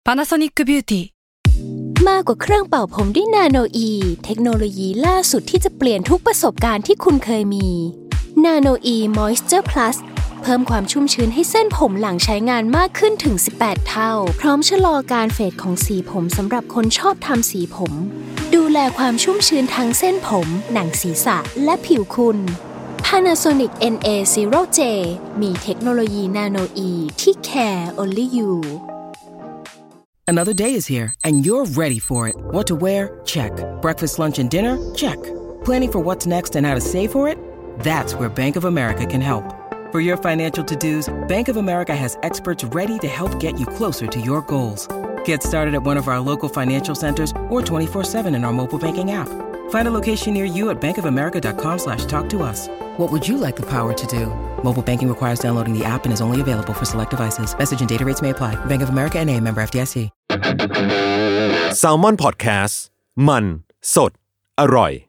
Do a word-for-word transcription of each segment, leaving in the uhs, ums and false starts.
Panasonic Beauty มากกว่าเครื่องเป่าผมด้วยนาโนอีเทคโนโลยีล่าสุดที่จะเปลี่ยนทุกประสบการณ์ที่คุณเคยมีนาโนอีมอยส์เจอร์พลัสเพิ่มความชุ่มชื้นให้เส้นผมหลังใช้งานมากขึ้นถึงสิบแปดเท่าพร้อมชะลอการเฟดของสีผมสำหรับคนชอบทำสีผมดูแลความชุ่มชื้นทั้งเส้นผมหนังศีรษะและผิวคุณ Panasonic เอ็น เอ ศูนย์ เจ มีเทคโนโลยีนาโนอีที่ care only you Another day is here, and you're ready for it. What to wear? Check. Breakfast, lunch, and dinner? Check. Planning for what's next and how to save for it? That's where Bank of America can help. For your financial to-dos, Bank of America has experts ready to help get you closer to your goals. Get started at one of our local financial centers or twenty-four seven in our mobile banking app. Find a location near you at bankofamerica.com slash talk to us. What would you like the power to do? Mobile banking requires downloading the app and is only available for select devices. Message and data rates may apply. Bank of America N A, member เอฟ ดี เอส ซี Salmon Podcast มันสดอร่อย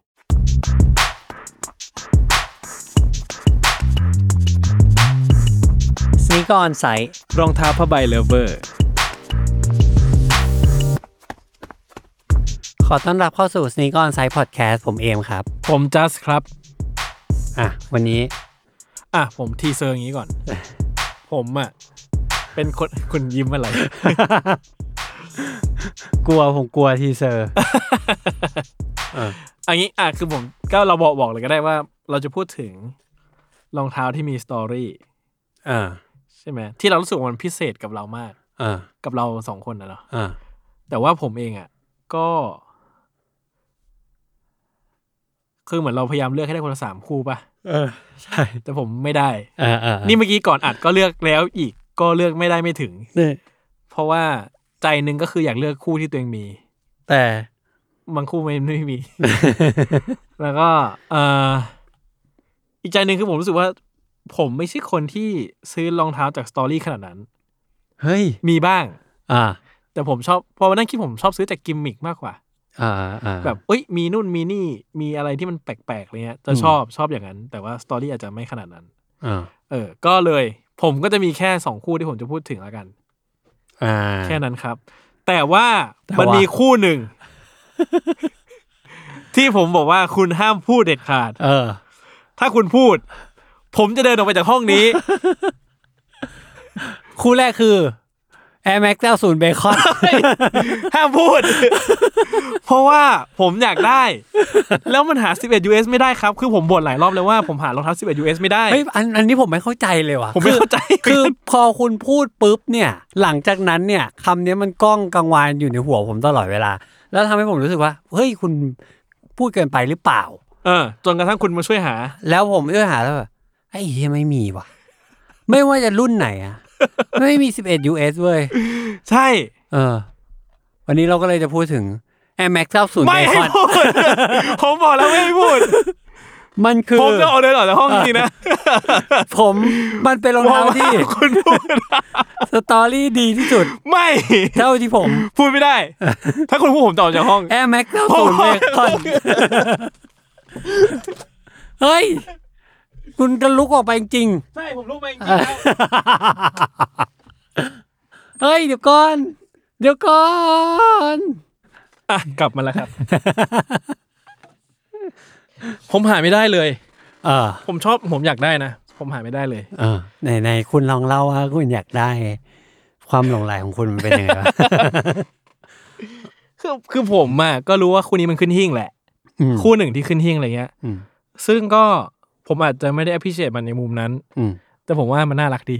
สนีกออนไซต์รองเท้าผ้าใบเลฟเวอร์ขอต้อนรับเข้าสู่สนีกออนไซต์พอดแคสต์ผมเอมครับผมจัสครับอ่ะวันนี้อ่ะผมทีเซอร์อย่างนี้ก่อน ผมอ่ะเป็นคนคุณยิ้มอะไรกลัวผมกลัวทีเซอร์เอออันนี้อ่ะคือผมก็เราบอกบอกเลยก็ได้ว่าเราจะพูดถึงรองเท้าที่มีสตอรี่อ่าใช่ไหมที่เรารู้สึกว่ามันพิเศษกับเรามากอ่ากับเราสองคนนะเนาะอ่าแต่ว่าผมเองอ่ะก็คือเหมือนเราพยายามเลือกให้ได้คนละสามคู่ป่ะเออใช่แต่ผมไม่ได้เออๆนี่เมื่อกี้ก่อนอัดก็เลือกแล้วอีกก็เลือกไม่ได้ไม่ถึงเพราะว่าใจนึงก็คืออยากเลือกคู่ที่ตัวเองมีแต่บางคู่ไม่ไม่มี แล้วก็เอ่ออีกใจนึงคือผมรู้สึกว่าผมไม่ใช่คนที่ซื้อรองเท้าจากสตอรี่ขนาดนั้นเฮ้ยมีบ้างอ่าแต่ผมชอบพอมานั่งคิดผมชอบซื้อจากกิมมิกมากกว่าอ่าๆแบบเอ้ยมีนู่นมีนี่มีอะไรที่มันแปลกๆอะไรเงี้ยจะชอบชอบอย่างนั้นแต่ว่าสตอรี่อาจจะไม่ขนาดนั้นอ่าเออก็เลยผมก็จะมีแค่สองคู่ที่ผมจะพูดถึงแล้วกันอ่าแค่นั้นครับแต่ว่ามันมีคู่หนึ่ง ที่ผมบอกว่าคุณห้ามพูดเด็ดขาดเออถ้าคุณพูดผมจะเดินออกไปจากห้องนี้คู่แรกคือ Air Max เก้าสิบ Bacon ห้ามพูด เพราะว่าผมอยากได้แล้วมันหาสิบเอ็ด ยู เอส ไม่ได้ครับคือผมบ่นหลายรอบแล้วว่าผมหารองเท้าสิบเอ็ด ยู เอส ไม่ได้เฮ้ยอันอันนี้ผมไม่เข้าใจเลยว่ะผมไม่เข้าใจคือพอคุณพูดปุ๊บเนี่ยหลังจากนั้นเนี่ยคำนี้มันก้องกังวานอยู่ในหัวผมตลอดเวลาแล้วทำให้ผมรู้สึกว่าเฮ้ยคุณพูดเกินไปหรือเปล่าเออจนกระทั่งคุณมาช่วยหาแล้วผมช่วยหาแล้วแบบไอ้เหี้ยไม่มีว่ะไม่ว่าจะรุ่นไหนอ่ะไม่มีสิบเอ็ด ยู เอส เว้ยใช่เออวันนี้เราก็เลยจะพูดถึง Air Max เก้าสิบไม่ให้พูด ผมบอกแล้วไม่ให้พูดมันคือผมจะออกเดินออกจากห้องนี้นะผมมันเป็นรองเท้าที่คุณพูดสตอรี่ดีที่สุดไม่เท่าที่ผมพูดไม่ได้ถ้าคุณพูดผมจะออกจากห้อง Air Max เก้าสิบ Bacon เฮ้ยคุณจะลุกออกไปจริงใช่ผมลุกไปจริงแล้วเฮ้ยเดี๋ยวก่อนเดี๋ยวก่อนอ่ะกลับมาแล้วครับ ผมหาไม่ได้เลยเออผมชอบผมอยากได้นะผมหาไม่ได้เลยเออไหนๆคุณลองเล่าว่าคุณอยากได้ความหลงใหลของคุณมันเป็นยังไงวะคือคือผมอ่ะก็รู้ว่าคู่นี้มันขึ้นหิ้งแหละคู่หนึ่งที่ขึ้นหิ้งอะไรเงี้ยซึ่งก็ผมอาจจะไม่ได้ appreciate มันในมุมนั้นแต่ผมว่ามันน่ารักดี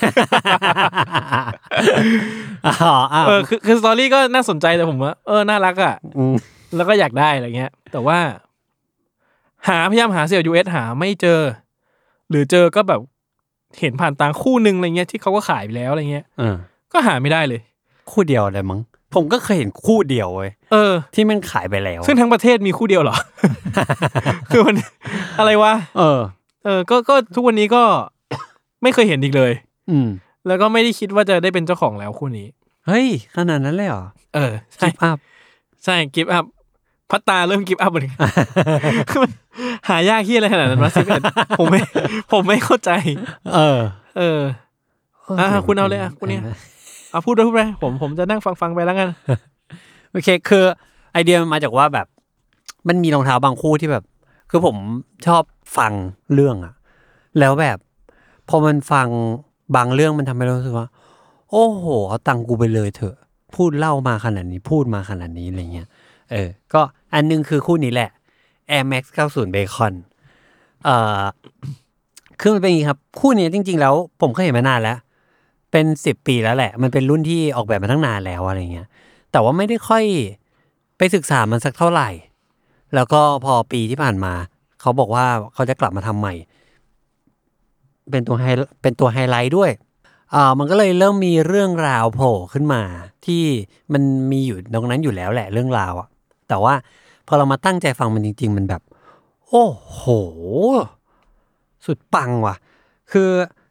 เออคือคือสตอรี่ก็น่าสนใจแต่ผมว่าเออน่ารักอ่ะแล้วก็อยากได้อะไรเงี้ยแต่ว่าหาพยายามหา สิบเอ็ด ยู เอส หาไม่เจอหรือเจอก็แบบเห็นผ่านตาคู่นึงอะไรเงี้ยที่เขาก็ขายไปแล้วอะไรเงี้ยก็หาไม่ได้เลยคู่เดียวเลยมั้งผมก็เคยเห็นคู่เดียวเว้ยเออที่มันขายไปแล้วซึ่งทั้งประเทศมีคู่เดียวเหรอ คือมันอะไรวะเออเออก็ก็ทุกวันนี้ก็ไม่เคยเห็นอีกเลยอืมแล้วก็ไม่ได้คิดว่าจะได้เป็นเจ้าของแล้วคู่นี้เฮ้ยขนาดนั้นเลยเหรอเออกิฟต์อัพใช่กิฟต์อัพพัตตาเริ่มกิฟต์อัพเหมือนกันหายากที่อะไรขนาดนั้นวะสิบเอ็ดผมไม่ผมไม่เข้าใจเออเอออ่ะคุณเอาเลยอ่ะคุณเนี่ยเอเอาพูดไปพูดไปผมผมจะนั่งฟังๆไปแล้วกันโอเคคือไอเดียมันมาจากว่าแบบมันมีรองเท้าบางคู่ที่แบบคือผมชอบฟังเรื่องอะแล้วแบบพอมันฟังบางเรื่องมันทำให้เรารู้สึกว่าโอ้โหเอาตังกูไปเลยเถอะพูดเล่ามาขนาดนี้พูดมาขนาดนี้อะไรเงี้ยเออก็อันนึงคือคู่นี้แหละ Air Max เก้าสิบ Bacon เอ่อคือมันเป็นอย่างนี้ครับคู่นี้จริงๆแล้วผมเคยเห็นมานานแล้วเป็นสิบปีแล้วแหละมันเป็นรุ่นที่ออกแบบมาตั้งนานแล้วอะไรเงี้ยแต่ว่าไม่ได้ค่อยไปศึกษามันสักเท่าไหร่แล้วก็พอปีที่ผ่านมาเขาบอกว่าเขาจะกลับมาทำใหม่เป็นตัวไฮเป็นตัวไฮไลท์ด้วยอ่ามันก็เลยเริ่มมีเรื่องราวโผล่ขึ้นมาที่มันมีอยู่ตรงนั้นอยู่แล้วแหละเรื่องราวอ่ะแต่ว่าพอเรามาตั้งใจฟังมันจริงๆมันแบบโอ้โหสุดปังว่ะคือ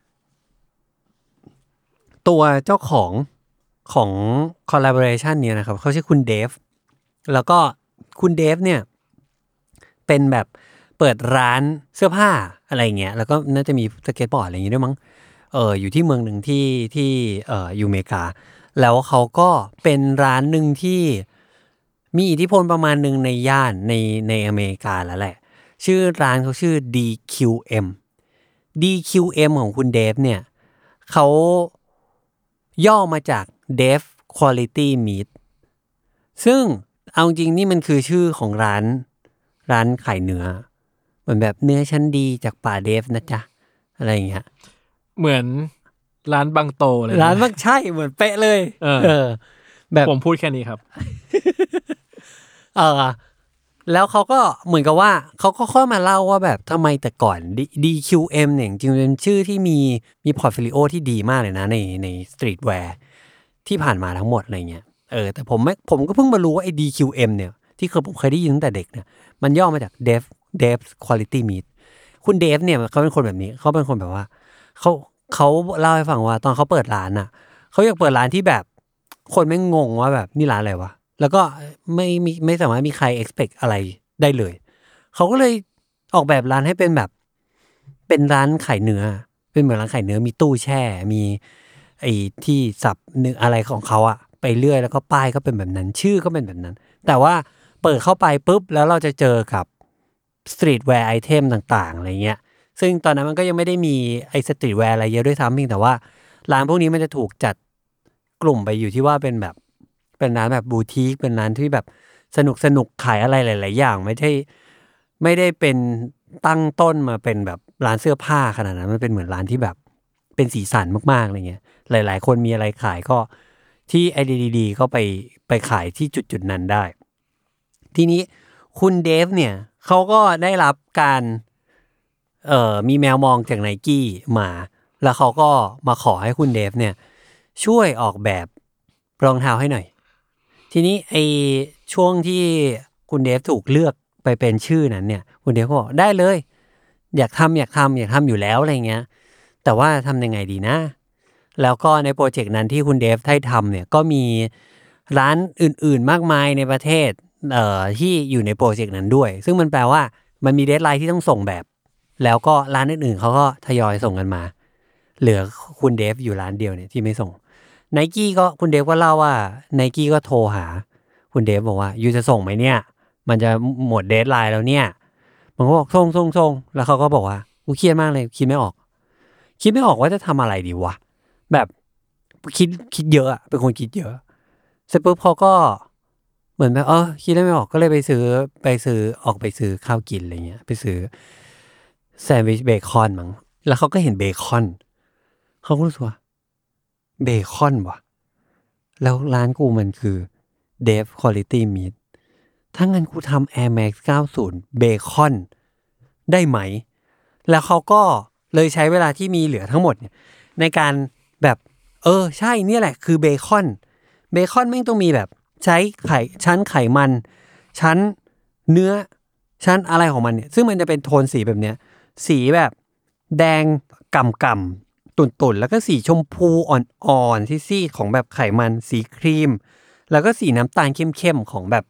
ตัวเจ้าของของ collaboration เนี่ยนะครับเขาชื่อคุณเดฟแล้วก็คุณเดฟเนี่ยเป็นแบบเปิดร้านเสื้อผ้าอะไรเงี้ยแล้วก็น่าจะมีสเก็ตบอร์ดอะไรอย่างงี้ด้วยมั้งเอออยู่ที่เมืองหนึ่งที่ที่เอ่ออยู่อเมริกาแล้วเขาก็เป็นร้านหนึ่งที่มีอิทธิพลประมาณหนึ่งในย่านในในอเมริกาแล้วแหละชื่อร้านเขาชื่อ ดี คิว เอ็ม ดี คิว เอ็ม ของคุณเดฟเนี่ยเขาย่อมาจาก Dev Quality Meat ซึ่งเอาจริงนี่มันคือชื่อของร้านร้านขายเนื้อเหมือนแบบเนื้อชั้นดีจากป่าเดฟนะจ๊ะอะไรอย่างเงี้ยเหมือนร้านบางโตเลยร้านบางใช่เหมือนเป๊ะเลยเออเออแบบผมพูดแค่นี้ครับเออแล้วเขาก็เหมือนกับว่าเขาก็ค่อยมาเล่าว่าแบบทำไมแต่ก่อน ดี คิว เอ็ม เนี่ยจริงๆเป็นชื่อที่มีมีพอร์ตโฟลิโอที่ดีมากเลยนะในในสตรีทแวร์ที่ผ่านมาทั้งหมดอะไรเงี้ยเออแต่ผมไม่ผมก็เพิ่งมารู้ว่าไอ้ ดี คิว เอ็ม เนี่ยที่เคยผมเคยได้ยินตั้งแต่เด็กเนี่ยมันย่อมาจาก Dev Dev Quality Meat คุณเดฟเนี่ยเขาเป็นคนแบบนี้เขาเป็นคนแบบว่าเขาเขาเล่าให้ฟังว่าตอนเขาเปิดร้านอ่ะเขาอยากเปิดร้านที่แบบคนไม่งงว่าแบบนี่ร้านอะไรวะแล้วก็ไม่มีไม่สามารถมีใคร expect อะไรได้เลยเขาก็เลยออกแบบร้านให้เป็นแบบเป็นร้านขายเนื้อเป็นเหมือนร้านขายเนื้อมีตู้แช่มีไอ้ที่สับเนื้ออะไรของเขาอะไปเรื่อยแล้วก็ป้ายก็เป็นแบบนั้นชื่อก็เป็นแบบนั้นแต่ว่าเปิดเข้าไปปุ๊บแล้วเราจะเจอกับสตรีทแวร์ไอเทมต่างๆอะไรเงี้ยซึ่งตอนนั้นมันก็ยังไม่ได้มีไอ้สตรีทแวร์อะไรเยอะด้วยซ้ำเพียงแต่ว่าร้านพวกนี้มันจะถูกจัดกลุ่มไปอยู่ที่ว่าเป็นแบบเป็นร้านแบบบูติกเป็นร้านที่แบบสนุกสนุกขายอะไรหลายๆอย่างไม่ใช่ไม่ได้เป็นตั้งต้นมาเป็นแบบร้านเสื้อผ้าขนาดนั้นมันเป็นเหมือนร้านที่แบบเป็นสีสันมากๆอะไรเงี้ยหลายๆคนมีอะไรขายก็ที่ไอเดียดีๆก็ไปไปขายที่จุดๆนั้นได้ทีนี้คุณเดฟเนี่ยเขาก็ได้รับการเอ่อมีแมวมองจาก Nike มาแล้วเขาก็มาขอให้คุณเดฟเนี่ยช่วยออกแบบรองเท้าให้หน่อยทีนี้ไอช่วงที่คุณเดฟถูกเลือกไปเป็นชื่อนั้นเนี่ยคุณเดฟก็บอกได้เลยอยากทำอยากทำอยากทำอยู่แล้วอะไรเงี้ยแต่ว่าทำยังไงดีนะแล้วก็ในโปรเจกต์นั้นที่คุณเดฟได้ทำเนี่ยก็มีร้านอื่นๆมากมายในประเทศเอ่อที่อยู่ในโปรเจกต์นั้นด้วยซึ่งมันแปลว่ามันมีเดดไลน์ที่ต้องส่งแบบแล้วก็ร้านอื่นๆเขาก็ทยอยส่งกันมาเหลือคุณเดฟอยู่ร้านเดียวเนี่ยที่ไม่ส่งNike ก็คุณเดฟก็เล่าว่า Nike ก็โทรหาคุณเดฟบอกว่ายูจะส่งไหมเนี่ยมันจะหมดเดดไลน์แล้วเนี่ยมันก็บอกส่งส่งส่งแล้วเขาก็บอกว่ากูเครียดมากเลยคิดไม่ออกคิดไม่ออกว่าจะทำอะไรดีวะแบบคิดคิดเยอะอะเป็นคนคิดเยอะเสร็จปุ๊บเขาก็เหมือนแบบเออคิดไม่ออกก็เลยไปซื้อไปซื้อออกไปซื้อข้าวกินอะไรเงี้ยไปซื้อแซนด์วิชเบคอนมั้งแล้วเขาก็เห็นเบคอนเขาก็รู้สึกว่าเบคอนวะแล้วร้านกูมันคือ Dev Quality Meat ถ้างั้นกูทำ Air Max เก้าสิบเบคอนได้ไหมแล้วเขาก็เลยใช้เวลาที่มีเหลือทั้งหมดเนี่ยในการแบบเออใช่เนี่ยแหละคือเบคอนเบคอนแม่งต้องมีแบบใช้ไข่ชั้นไขมันชั้นเนื้อชั้นอะไรของมันเนี่ยซึ่งมันจะเป็นโทนสีแบบเนี้ยสีแบบแดงก่ำๆตุ่นๆแล้วก็สีชมพูอ่อนๆซีดๆของแบบไขมันสีครีมแล้วก็สีน้ำตาลเข้มๆของแบบ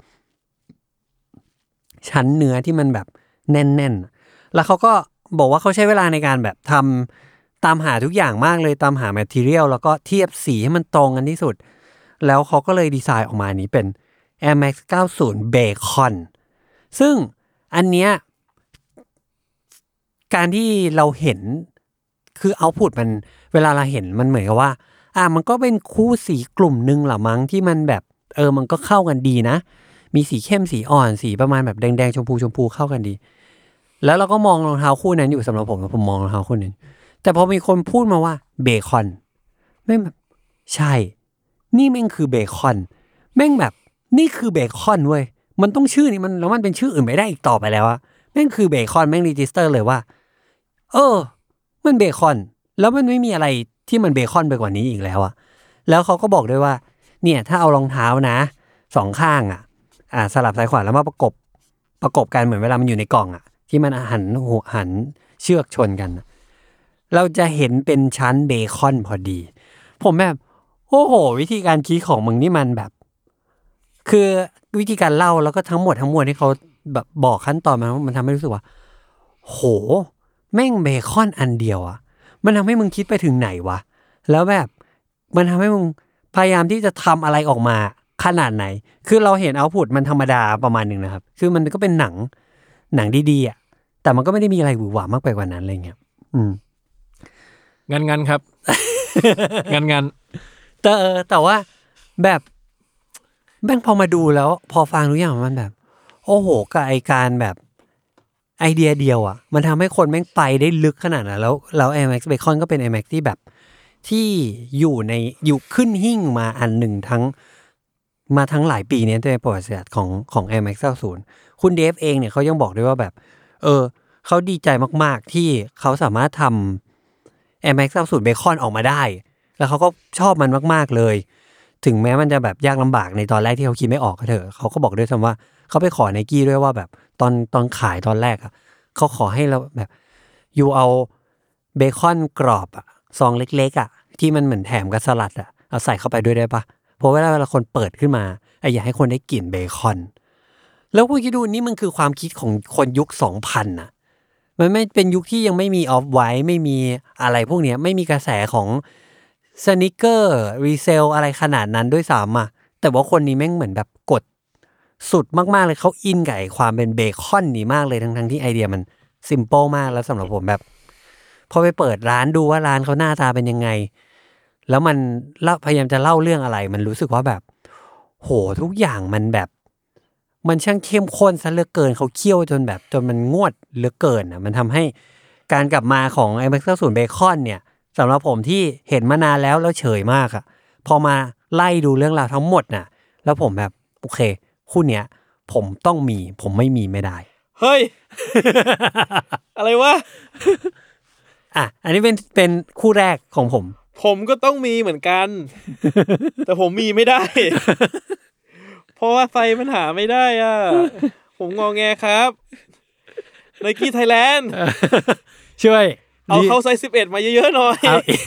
ชั้นเนื้อที่มันแบบแน่นๆแล้วเขาก็บอกว่าเขาใช้เวลาในการแบบทำตามหาทุกอย่างมากเลยตามหาแมททีเรียลแล้วก็เทียบสีให้มันตรงกันที่สุดแล้วเขาก็เลยดีไซน์ออกมานี้เป็น Air Max เก้าสิบ Bacon ซึ่งอันเนี้ยการที่เราเห็นคือเอาท์พุตมันเวลาเราเห็นมันเหมือนกับว่าอ่ะมันก็เป็นคู่สีกลุ่มนึงหรอมั้งที่มันแบบเออมันก็เข้ากันดีนะมีสีเข้มสีอ่อนสีประมาณแบบแดงๆชมพูชมพูเข้ากันดีแล้วเราก็มองรองเท้าคู่นั้นอยู่สำหรับผมผมมองรองเท้าคู่นั้นแต่พอมีคนพูดมาว่าเบคอนแม่งแบบใช่นี่แม่งคือเบคอนแม่งแบบนี่คือเบคอนเว้ยมันต้องชื่อนี้มันแล้วมันเป็นชื่ออื่นไม่ได้อีกต่อไปแล้วอะแม่งคือเบคอนแม่งรีจิสเตอร์เลยว่าเออมันเบคอนแล้วมันไม่มีอะไรที่มันเบคอนไปกว่านี้อีกแล้วอะแล้วเขาก็บอกด้วยว่าเนี่ยถ้าเอารองเท้านะสองข้างอะอ่าสลับซ้ายขวาแล้วมาประกบประกบกันเหมือนเวลามันอยู่ในกล่องอะที่มันหันหัวหันเชือกชนกันเราจะเห็นเป็นชั้นเบคอนพอดีผมแบบโอ้โหวิธีการคิดของมึงนี่มันแบบคือวิธีการเล่าแล้วก็ทั้งหมดทั้งมวลที่เขาแบบบอกขั้นตอนมามันทำให้รู้สึกว่าโหแม่งเบคอนอันเดียวอะมันทำให้มึงคิดไปถึงไหนวะแล้วแบบมันทำให้มึงพยายามที่จะทำอะไรออกมาขนาดไหนคือเราเห็นเอาท์พุตมันธรรมดาประมาณนึงนะครับคือมันก็เป็นหนังหนังดีๆอ่ะแต่มันก็ไม่ได้มีอะไรหวือหวามากไปกว่านั้นอะไรเงี้ยอืมงันงันครับ งันงันแต่เออแต่ว่าแบบแม่งพอมาดูแล้วพอฟังทุกอย่างมันแบบโอ้โหกับไอการแบบไอเดียเดียวอ่ะมันทำให้คนแม่งไปได้ลึกขนาดนั้นแล้วแล้ว Air Max Bacon ก็เป็น Air Max ที่แบบที่อยู่ในอยู่ขึ้นหิ้งมาอันหนึ่งทั้งมาทั้งหลายปีนี้ในประวัติศาสตร์ของของ Air Max เก้าสิบคุณเดฟเองเนี่ยเขายังบอกด้วยว่าแบบเออเขาดีใจมากๆที่เขาสามารถทำ Air Max เก้าสิบ Bacon ออกมาได้แล้วเขาก็ชอบมันมากๆเลยถึงแม้มันจะแบบยากลำบากในตอนแรกที่เขาคิดไม่ออกก็เถอะเขาก็บอกด้วยซ้ำว่าเขาไปขอ Nike ด้วยว่าแบบตอนตอนขายตอนแรกอ่ะเขาขอให้เราแบบอยู่เอาเบคอนกรอบอ่ะซองเล็กๆอ่ะที่มันเหมือนแถมกับสลัดอ่ะเอาใส่เข้าไปด้วยได้ปะเพราะเวลาเวลาคนเปิดขึ้นมาไอ้อยากให้คนได้กลิ่นเบคอนแล้วคุณคิดดูนี่มันคือความคิดของคนยุค สองพัน น่ะมันไม่เป็นยุคที่ยังไม่มีออฟไวท์ไม่มีอะไรพวกเนี้ยไม่มีกระแสของสนิเกอร์รีเซลอะไรขนาดนั้นด้วยซ้ำอ่ะแต่ว่าคนนี้แม่งเหมือนแบบกดสุดมากๆเลยเขาอินกับความเป็นเบคอนนี่มากเลยทั้งๆที่ไอเดียมันซิมเปิลมากแล้วสำหรับผมแบบพอไปเปิดร้านดูว่าร้านเขาหน้าตาเป็นยังไงแล้วมันเล่าพยายามจะเล่าเรื่องอะไรมันรู้สึกว่าแบบโหทุกอย่างมันแบบมันช่างเข้มข้นซะเหลือเกินเขาเคี่ยวจนแบบจนมันงวดเหลือเกินอ่ะมันทำให้การกลับมาของ Air Max เก้าสิบ Bacon เนี่ยสำหรับผมที่เห็นมานานแล้วแล้วเฉยมากอ่ะพอมาไล่ดูเรื่องราวทั้งหมดน่ะแล้วผมแบบโอเคคู่เนี้ยผมต้องมีผมไม่มีไม่ได้เฮ้ย อะไรวะอ่ะอันนี้เป็นเป็นคู่แรกของผมผมก็ต้องมีเหมือนกัน แต่ผมมีไม่ได้ เพราะว่าไซส์มันหาไม่ได้อ่ะ ผมงอแงครับ Nike Thailand ช่วยเอาเข้าไซส์สิบเอ็ดมาเยอะๆหน่อย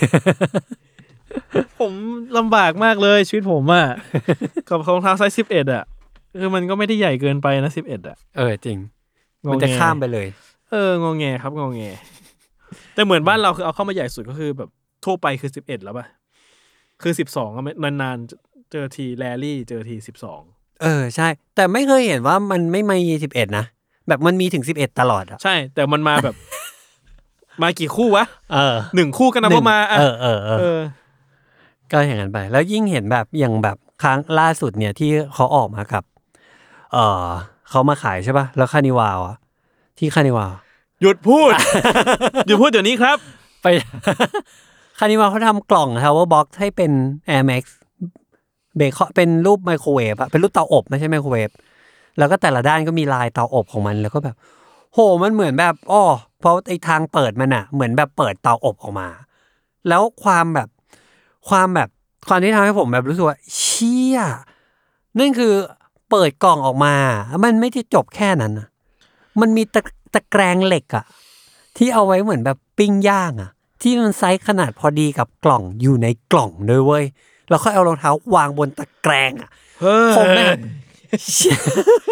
ผมลำบากมากเลยชีวิตผมอ่ะ กับรองเท้าไซส์สิบเอ็ดอ่ะคือมันก็ไม่ได้ใหญ่เกินไปนะสิบเอ็ดอ่ะเออจริงมันจะข้ามไปเลยเอองอแงครับงอแงแต่เหมือนบ้านเราคือเอาเข้ามาใหญ่สุดก็คือแบบทั่วไปคือสิบเอ็ดแล้วป่ะคือสิบสองอ่ะนานๆเจอทีแรลลี่เจอทีสิบสองเออใช่แต่ไม่เคยเห็นว่ามันไม่มีสิบเอ็ดนะแบบมันมีถึงสิบเอ็ดตลอดอ่ะใช่แต่มันมาแบบ มากี่คู่วะเออหนึ่งคู่กันนะว่ามาเออเออเออก็อย่างนั้นไปแล้วยิ่งเห็นแบบอย่างแบบครั้งล่าสุดเนี่ยที่เขาออกมากับเออเขามาขายใช่ป่ะแล้วคานิวาวอ่ะที่คานิวาวหยุดพูด หยุดพูดเดี๋ยวนี้ครับไป คานิวาวเขาทำกล่อง Power Box ให้เป็น Air Max เบคอนเป็นรูปไมโครเวฟอะเป็นรูปเตาอบไม่ใช่ไมโครเวฟแล้วก็แต่ละด้านก็มีลายเตาอบของมันแล้วก็แบบโหมันเหมือนแบบอ้อเพราะไอ้ทางเปิดมันอะเหมือนแบบเปิดเตาอบออกมาแล้วความแบบความแบบความที่ทำให้ผมแบบรู้สึกว่าเชี่ยนั่นคือเปิดกล่องออกมามันไม่ได้จบแค่นั้นนะมันมีตะตะแกรงเหล็กอะที่เอาไว้เหมือนแบบปิ้งย่างอะที่มันไซส์ขนาดพอดีกับกล่องอยู่ในกล่องด้วยเว้ยแล้วค่อยเอารองเท้าวางบนตะแกรงอะผมแบบ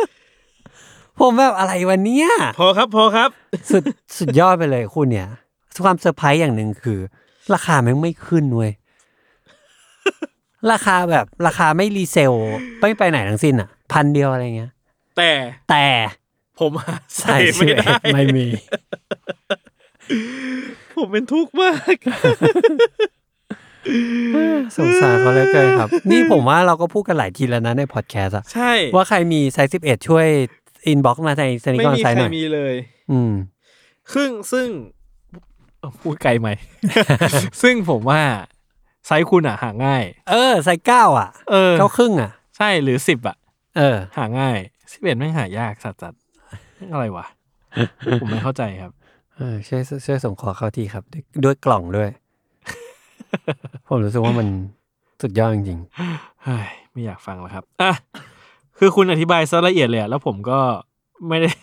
ผมแบบอะไรวะเนี่ยพอครับพอครับสุดสุดยอดไปเลยคุณเนี่ยความเซอร์ไพรส์อย่างหนึ่งคือราคาแม่งไม่ขึ้นเว้ยราคาแบบราคาไม่รีเซลไม่ไปไหนทั้งสิ้นอ่ะพันเดียวอะไรเงี้ยแต่แต่ผมใส่ไม่ได้ไม่มีผมเป็นทุกข์มากสงสารเขาเลยเกินครับนี่ผมว่าเราก็พูดกันหลายทีแล้วนะในพอดแคสต์อ่ะใช่ว่าใครมีไซส์สิบเอ็ดช่วยอินบ็อกซ์มาในสนิกอนไซส์หน่อยไม่มีใครมีเลยอืมซึ่งซึ่งพูดไกลไหม ซึ่งผมว่าไซส์คุณอ่ะหาง่ายเออไซส์เก้าอ่ะเออเก้าครึ่งอ่ะใช่หรือสิบอ่ะเออหาง่ายสิบเอ็ดแม่งหายากสัสๆอะไรวะ ผมไม่เข้าใจครับเออช่วยช่วยส่งขอเข้าทีครับด้วยกล่องด้วย ผมรู้สึกว่ามันสุดยอดจริงๆเฮ้ยไม่อยากฟังแล้วครับอ่ะคือคุณอธิบายซะละเอียดเลยแล้วผมก็ไม่ได้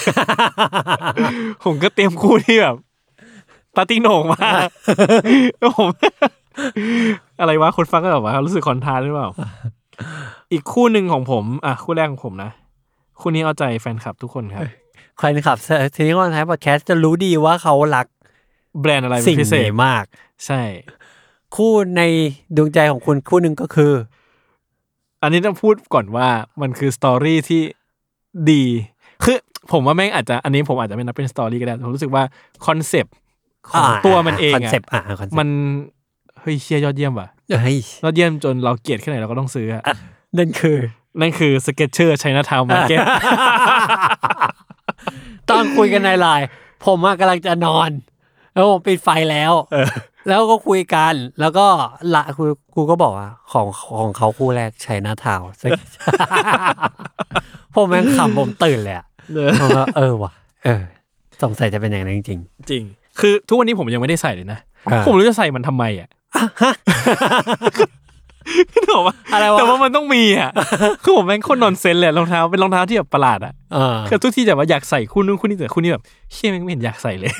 ผมก็เตรียมคู่ที่แบบปาติ้งโหน่งมาแล้วผม อะไรวะคนฟังก็แบบว่ารู้สึกคอนทราสต์หรือเปล่า อีกคู่หนึ่งของผมอ่ะคู่แรกของผมนะคู่นี้เอาใจแฟนคลับทุกคนครับใครนะครับทีนี้คนไทยพอดแคสต์จะรู้ดีว่าเขารักแบรนด์อะไรเป็นพิเศษมากใช่คู่ในดวงใจของคุณคู่หนึ่งก็คืออันนี้ต้องพูดก่อนว่ามันคือสตอรี่ที่ดีคือผมว่าแม่งอาจจะอันนี้ผมอาจจะไม่นับเป็นสตอรี่ก็ได้ผมรู้สึกว่าคอนเซปต์ของตัวมันเองอ่ะมันเฮ้ยเชี่ยยอดเยี่ยมว่ะยอดเยี่ยมจนเราเกลียดแค่ไหนเราก็ต้องซื้ออ่ะนั่นคือนั่นคือสเก็ตเชอร์ไชน่าทาวน์มาร์เก็ตตอนคุยกันในไลน์ผมกำลังจะนอนแล้วผมปิดไฟแล้วแล้วก็คุยกันแล้วก็ละครูครูก็บอกว่าของของเขาคู่แรกไชน่าทาวน์ผมแม่งขำผมตื่นเลยอ่ะผมว่าเออว่ะเออสงสัยจะเป็นอย่างนั้นจริงจริงคือทุกวันนี้ผมยังไม่ได้ใส่เลยนะผมไม่รู้จะใส่มันทำไมอ่ะพี่หนูว่าอะไรวะแต่ว่ามันต้องมีอ่ะคือผมแม่งคนนอนเซนเลยรองเท้าเป็นรองเท้าที่แบบประหลาดอ่ะคือทุกที่จะว่าอยากใส่คู่นู้นคู่นี้แต่คู่นี้แบบเชี่ยแม่งไม่เห็นอยากใส่เลย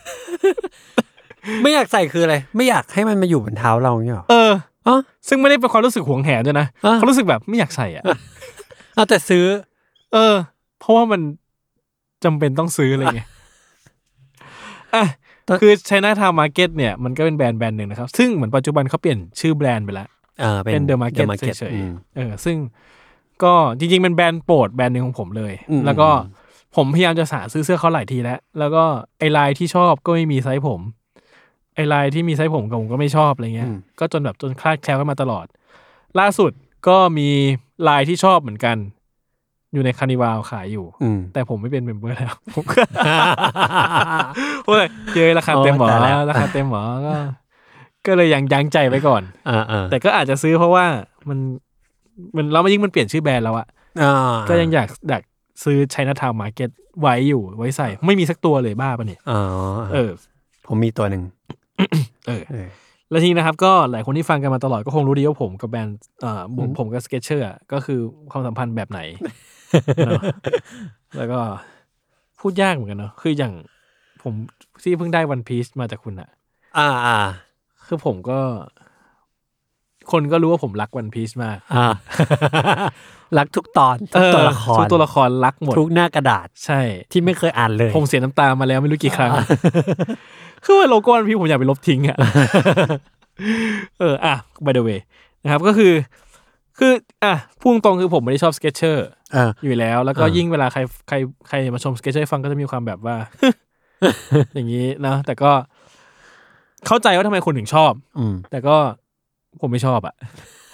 ไม่อยากใส่คืออะไรไม่อยากให้มันมาอยู่บนเท้าเราเนี่ยหรอเอออ๋อซึ่งไม่ได้เป็นความรู้สึกหวงแหนด้วยนะเขารู้สึกแบบไม่อยากใส่อ่ะเอาแต่ซื้อเออเพราะว่ามันจำเป็นต้องซื้ออะไรเงี้ยอ่ะคือไชน่าทาวน์มาร์เก็ตเนี่ยมันก็เป็นแบรนด์แบรนด์หนึ่งนะครับซึ่งเหมือนปัจจุบันเขาเปลี่ยนชื่อแบรนด์ไปแล้วเป็นเดอะมาร์เก็ตเฉยๆเออซึ่งก็จริงๆเป็นแบรนด์โปรดแบรนด์นึงของผมเลยแล้วก็ผมพยายามจะหาซื้อเสื้อเขาหลายทีแล้วแล้วก็ไอ้ลายที่ชอบก็ไม่มีไซส์ผมไอ้ลายที่มีไซส์ผมกับผมก็ไม่ชอบอะไรเงี้ยก็จนแบบจนคลาดแคลนกันมาตลอดล่าสุดก็มีลายที่ชอบเหมือนกันอยู่ในคานิวาลขายอยู่แต่ผมไม่เป็นเมมเบอร์แล้วผมก็โอ้ยเจอราคาเต็มหมอราคาเต็มหมอก็ก็เลยยังยั้งใจไว้ก่อนแต่ก็อาจจะซื้อเพราะว่ามันมันแล้วมันยิ่งมันเปลี่ยนชื่อแบรนด์แล้วอะก็ยังอยากอยากซื้อไชน่าทาวน์มาร์เก็ตไว้อยู่ไว้ใส่ไม่มีสักตัวเลยบ้าป่ะเนี่ยเออผมมีตัวหนึ่งเออแล้วทีนี้นะครับก็หลายคนที่ฟังกันมาตลอดก็คงรู้ดีว่าผมกับแบรนด์อ่าผมกับสเก็ตเชอร์ก็คือความสัมพันธ์แบบไหนแล้วก็พูดยากเหมือนกันเนาะคืออย่างผมที่เพิ่งได้วันพีซมาจากคุณอะอ่าอ่าคือผมก็คนก็รู้ว่าผมรักวันพีซมากอ่ารักทุกตอนทุกตัวละครทุกตัวละครรักหมดทุกหน้ากระดาษใช่ที่ไม่เคยอ่านเลยผมเสียน้ำตามาแล้วไม่รู้กี่ครั้งคือว่าโลโก้วันพีซผมอยากไปลบทิ้งอะเอออ่ะ by the way นะครับก็คือคืออ่ะพูดตรงคือผมไม่ได้ชอบสเก็ตเชอร์อยู่แล้วแล้วก็ยิ่งเวลาใครใครใครมาชมสเก็ตเชอร์ฟังก็จะมีความแบบว่า อย่างนี้นะแต่ก็เข้าใจว่าทำไมคนถึงชอบแต่ก็ผมไม่ชอบอ่ะ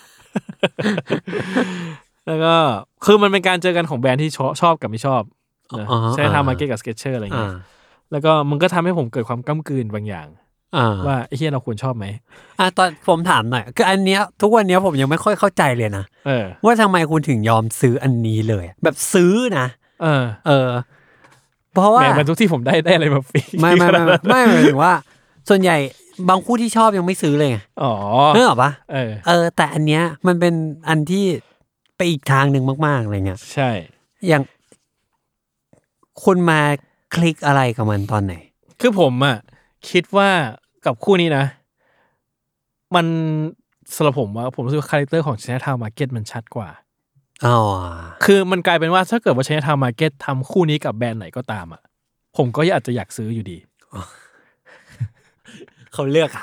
แล้วก็คือมันเป็นการเจอกันของแบรนด์ที่ชอบกับไม่ชอบนะใช่ทำมาร์เก็ตกับสเก็ตเชอร์อะไรเงี้ยแล้วก็มันก็ทำให้ผมเกิดความก้ำกลืนบางอย่างว่าไอ้เหี้ยเราควรชอบไหมอ่ะตอนผมถามหน่อยคืออันเนี้ยทุกวันนี้ผมยังไม่ค่อยเข้าใจเลยนะว่าทำไมคุณถึงยอมซื้ออันนี้เลยแบบซื้อนะเออเออเพราะว่าแม้ทุกที่ผมได้ได้อะไรมาฟรีไม่ไม่ไม่ไม่หมายถึงว่าส่วนใหญ่บางคู่ที่ชอบยังไม่ซื้อเลยอ๋อนึกออกปะเออเออแต่อันเนี้ยมันเป็นอันที่ไปอีกทางหนึ่งมากๆอะไรเงี้ยใช่อย่างคุณมาคลิกอะไรกับมันตอนไหนคือผมอ่ะคิดว่ากับคู่นี้นะมันสำหรับผมว่าผมรู้สึกว่าคาแรคเตอร์ของ Chinatown Market มันชัดกว่าอ๋อคือมันกลายเป็นว่าถ้าเกิดว่า Chinatown Market ทำคู่นี้กับแบรนด์ไหนก็ตามอ่ะผมก็อาจจะอยากซื้ออยู่ดีเขาเลือกอ่ะ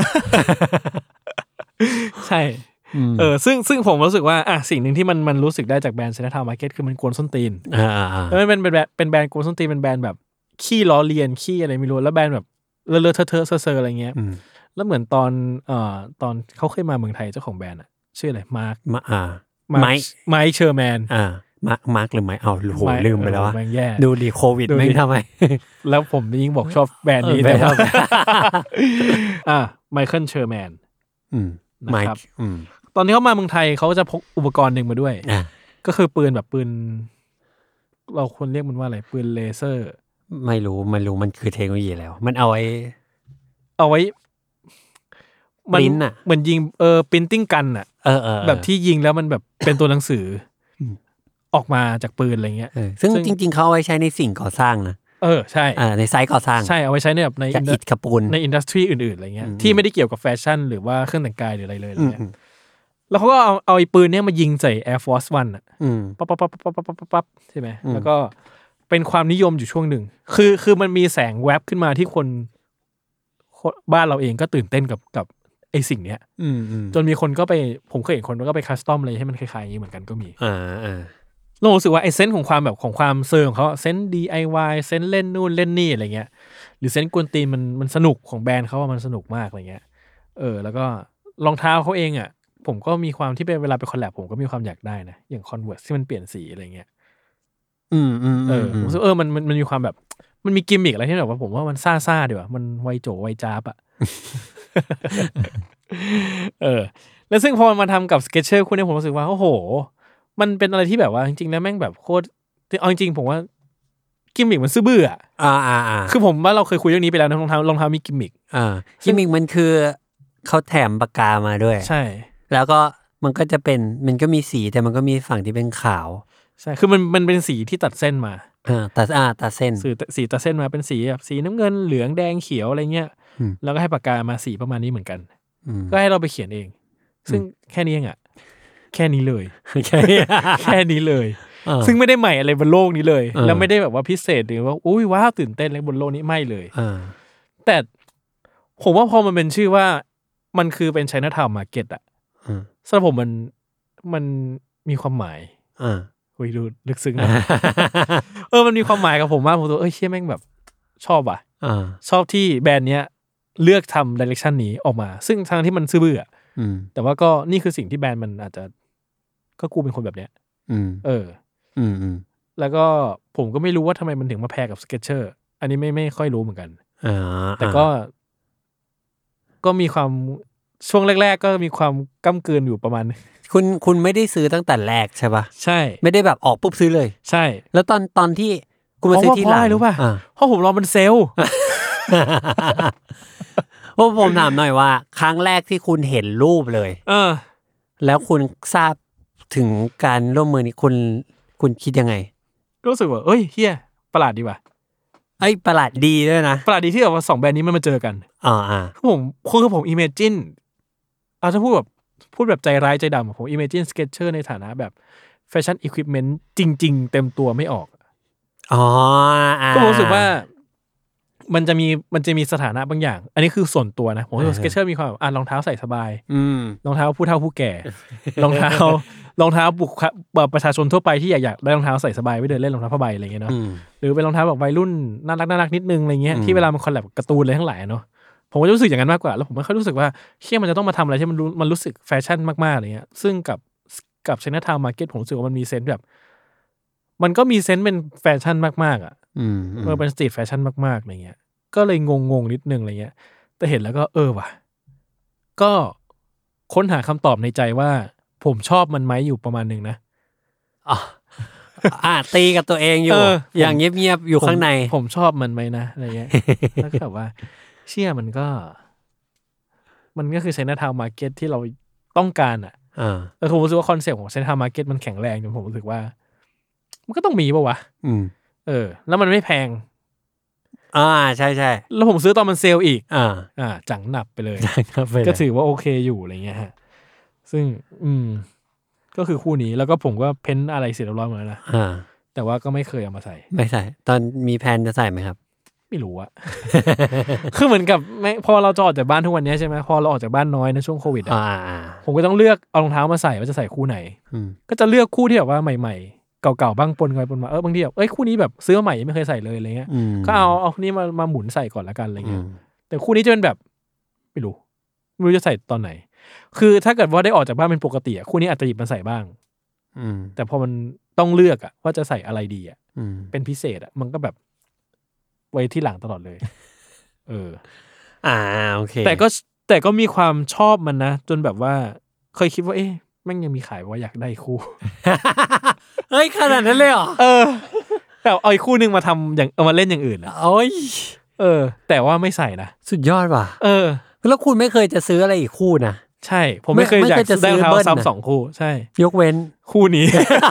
ใช่เออซึ่งซึ่งผมรู้สึกว่าอ่ะสิ่งหนึ่งที่มันมันรู้สึกได้จากแบรนด์ Chinatown Market คือมันกวนส้นตีนอ่าๆแล้วมันเป็นแบบเป็นแบรนด์กวนส้นตีนเป็นแบรนด์แบบขี้ล้อเลียนขี้อะไรไม่รู้แล้วแบรนด์แบบเลอะๆเทอะๆเซอร์ๆอะไรเงี้ยแล้วเหมือนตอนเอ่อตอนเขาเคยมาเมืองไทยเจ้าของแบรนด์อ่ะชื่ออะไรมาร์คมาอ่าไมค์ไมค์เชอร์แมนอ่ามาร์คมาร์คหรือไมค์เอาโหลืมไปแล้วว่าดูดิโควิดไม่ทำไมแล้วผมยิ่งบอกชอบแบรนด์นี้แต่ว่าอ่าไมเคิลเชอร์แมนอืมนะครับตอนนี้เขามาเมืองไทยเขาจะพกอุปกรณ์หนึ่งมาด้วยก็คือปืนแบบปืนเราควรเรียกมันว่าอะไรปืนเลเซอร์ไม่รู้ไม่รู้มันคือเทคโนโลยีแล้วมันเอาไว้เอาไว้มันเหมือนยิงเออปรินติ้งกันอ่ะแบบที่ยิงแล้วมันแบบเป็นตัวหนังสือออกมาจากปืนอะไรเงี้ยซึ่งจริงๆเขาเอาไว้ใช้ในสิ่งก่อสร้างนะเออใช่ในไซต์ก่อสร้างใช่เอาไว้ใช้ในแบบในอิฐกระปูนในอินดัสทรีอื่นๆอะไรเงี้ยที่ไม่ได้เกี่ยวกับแฟชั่นหรือว่าเครื่องแต่งกายหรืออะไรเลยอะไรเงี้ยแล้วเขาก็เอาเอาไอ้ปืนเนี้ยมายิงใส่ Air Force One อ่ะปั๊บปั๊บปั๊บปั๊บปั๊บปั๊บใช่ไหมแล้วก็เป็นความนิยมอยู่ช่วงหนึ่งคือคือมันมีแสงแวบขึ้นมาที่คนบ้านเราเองก็ตื่นเต้นกับกับไอ้สิ่งเนี้ยจนมีคนก็ไปผมเคยเห็นคนก็ไปคัสตอมอะไรให้มันคล้ายๆอย่างนี้เหมือนกันก็มีอ่าอ่าเรารู้สึกว่าไอ้เซนส์ของความแบบของความเซอร์ของเขาเซนส์ ดี ไอ วาย เซนส์เล่นนู่นเล่นนี่อะไรเงี้ยหรือเซนส์กวนตีนมันมันสนุกของแบรนด์เขาว่ามันสนุกมากอะไรเงี้ยเออแล้วก็รองเท้าเขาเองอ่ะผมก็มีความที่เป็นเวลาไปคอลแลบผมก็มีความอยากได้นะอย่าง Converse ที่มันเปลี่ยนสีอะไรเงี้ยอืมอืมเออผมรู้สึกเออมันมันมันมีความแบบมันมีกิมมิกอะไรที่แบบว่าผมว่ามันซ่าๆดีว่ะมันไวโจไวจ้าบอ่ะ เออแล้วซึ่งพอมาทำกับ Skechers คู่นี้ผมรู้สึกว่าโอ้โหมันเป็นอะไรที่แบบว่าจริงๆแล้วแม่งแบบโคตรเอาจริงๆผมว่ากิมมิกมันซื่อบื้ออ่ะอ่าอ่าอ่าคือผมว่าเราเคยคุยเรื่องนี้ไปแล้วนะรองเท้ารองเท้ามีกิมมิกอ่ากิมมิกมันคือเขาแถมปากกามาด้วยใช่แล้วก็มันก็จะเป็นมันก็มีสีแต่มันก็มีฝั่งที่เป็นขาวใช่คือมันมันเป็นสีที่ตัดเส้นมาอ่าตัดอ่าตัดเส้นสีสีตัดเส้นมาเป็นสีแบบสีน้ำเงินเหลืองแดงเขียวอะไรเงี้ยแล้วก็ให้ปากกามาสีประมาณนี้เหมือนกันก็ให้เราไปเขียนเองซึ่งแค่นี้เองอ่ะแค่นี้เลยแค่แค่นี้เลยซึ่งไม่ได้ใหม่อะไรบนโลกนี้เลยแล้วไม่ได้แบบว่าพิเศษหรือว่าอุ้ยว้าวตื่นเต้นอะไรบนโลกนี้ไม่เลยแต่ผมว่าพอมันเป็นชื่อว่ามันคือเป็น Chinatown Market อ่ะสำหรับผมมันมันมีความหมายคุยดูลึกซึ้งนะเออมันมีความหมายกับผมมากผมตัวเอ้ยเชี่ยแม่งแบบชอบอ่ะชอบที่แบรนด์เนี้ยเลือกทำ direction นี้ออกมาซึ่งทางที่มันซื่อบื้ออ่ะแต่ว่าก็นี่คือสิ่งที่แบรนด์มันอาจจะก็กูเป็นคนแบบเนี้ยเออแล้วก็ผมก็ไม่รู้ว่าทำไมมันถึงมาแพรกับ Skechers อันนี้ไม่ไม่ค่อยรู้เหมือนกันแต่ก็ก็มีความช่วงแรกๆก็มีความก้ำกลืนอยู่ประมาณคุณคุณไม่ได้ซื้อตั้งแต่แรกใช่ป่ะใช่ไม่ได้แบบออกปุ๊บซื้อเลยใช่แล้วตอนตอนที่คุณมาซื้อที่หลังรู้ป่ะเพราะผมรอมันเซลล์เพราะผมถามหน่อยว่าครั้งแรกที่คุณเห็นรูปเลยเออแล้วคุณทราบถึงการร่วมมือนี้คุณคุณคิดยังไงรู้สึกว่าเอ้ยเฮียประหลาดดีว่ะไอ้ประหลาดดีด้วยนะประหลาดดีที่แบบว่าสองแบรนด์นี้มันมาเจอกันอ่าอ่าผมคือผมอิเมจินเอาถ้าพูดแบบพูดแบบใจร้ายใจดำผมอิเมจินสเก็ตเชอร์ในฐานะแบบแฟชั่นอุปกรณ์จริงๆเต็มตัวไม่ออกอ๋อก็รู้สึกว่ามันจะมีมันจะมีสถานะบางอย่างอันนี้คือส่วนตัวนะผมว่าสเก็ตเชอร์มีความอ่ะรองเท้าใส่สบายรองเท้าผู้เฒ่าผู้แก่รองเท้ารองเท้าบุคแบบประชาชนทั่วไปที่อยากอยากได้รองเท้าใส่สบายไว้เดินเล่นรองเท้าผ้าใบอะไรอย่างเงี้ยเนาะหรือเป็นรองเท้าแบบวัยรุ่นน่ารักน่ารักนิดนึงอะไรเงี้ยที่เวลามันคอลแลบการ์ตูนอะไรทั้งหลายเนาะผมก็รู้สึกอย่างนั้นมากกว่าแล้วผมไม่ค่อยรู้สึกว่าเชี่ยมันจะต้องมาทำอะไรที่มันมันรู้สึกแฟชั่นมากๆอะไรเงี้ยซึ่งกับกับ Chinatown Market ผมรู้สึกว่ามันมีเซนส์แบบมันก็มีเซนส์เป็นแฟชั่นมากๆอ่ะมันเป็นสตรีทแฟชั่นมากๆอะไรเงี้ยก็เลยงงๆนิดนึงอะไรเงี้ยแต่เห็นแล้วก็เออว่ะก็ค้นหาคำตอบในใจว่าผมชอบมันไหมอยู่ประมาณนึงนะอ๋ออ่าตีกับตัวเองอยู่อย่างเงียบๆอยู่ข้างในผมชอบมันไหมนะอะไรเงี้ยแล้วก็แบบว่าเชื่อมันก็มันก็คือ Chinatown Market ที่เราต้องการอ่ะแต่ผมรู้สึกว่าคอนเซ็ปต์ของ Chinatown Market มันแข็งแรงจนผมรู้สึกว่ามันก็ต้องมีป่ะวะเออแล้วมันไม่แพงอ่าใช่ใช่แล้วผมซื้อตอนมันเซลล์อีกอ่าอ่าจังหนับไปเลยก็ถือว่าโอเคอยู่อะไรเงี้ยฮะซึ่งอืมก็คือคู่นี้แล้วก็ผมก็เพ้นอะไรเสร็จเรียบร้อยหมดแล้วนะอ่าแต่ว่าก็ไม่เคยเอามาใส่ไม่ใส่ตอนมีแพลนจะใส่ไหมครับไม่รู้อะ คือเหมือนกับพอเราจะออกจากบ้านทุกวันนี้ใช่ไหมพอเราออกจากบ้านน้อยนะช่วงโควิดอ่ะผมก็ต้องเลือกเอารองเท้ามาใส่ว่าจะใส่คู่ไหนก็จะเลือกคู่ที่แบบว่าใหม่ๆเก่าๆบ้างปนกันปนมาเออบางทีแบบเอ้ยคู่นี้แบบซื้อมาใหม่ยังไม่เคยใส่เลยอะไรเงี้ยก็เอาเอาคู่นี้มามาหมุนใส่ก่อนละกันอะไรเงี้ยแต่คู่นี้จะเป็นแบบไม่รู้ไม่รู้จะใส่ตอนไหนคือถ้าเกิดว่าได้ออกจากบ้านเป็นปกติอ่ะคู่นี้อาจจะหยิบมาใส่บ้างแต่พอมันต้องเลือกอ่ะว่าจะใส่อะไรดีอ่ะเป็นพิเศษอ่ะมันก็แบบไว้ที่หลังตลอดเลยเอออ่าโอเคแต่ก็แต่ก็มีความชอบมันนะจนแบบว่าเคยคิดว่าเอ๊ะแม่งยังมีขายว่าอยากได้คู่เฮ้ยขนาดนั้นเลยเหรอเออแต่เอาอีกคู่นึงมาทำอย่างเอามาเล่นอย่างอื่นอ่ะโอ้ยเออแต่ว่าไม่ใส่นะสุดยอดว่ะเออแล้วคุณไม่เคยจะซื้ออะไรอีกคู่นะใช่ผมไม่เคยอยากจะซื้อรองเท้าซ้ำสองคู่ใช่ยกเว้นคู่นี้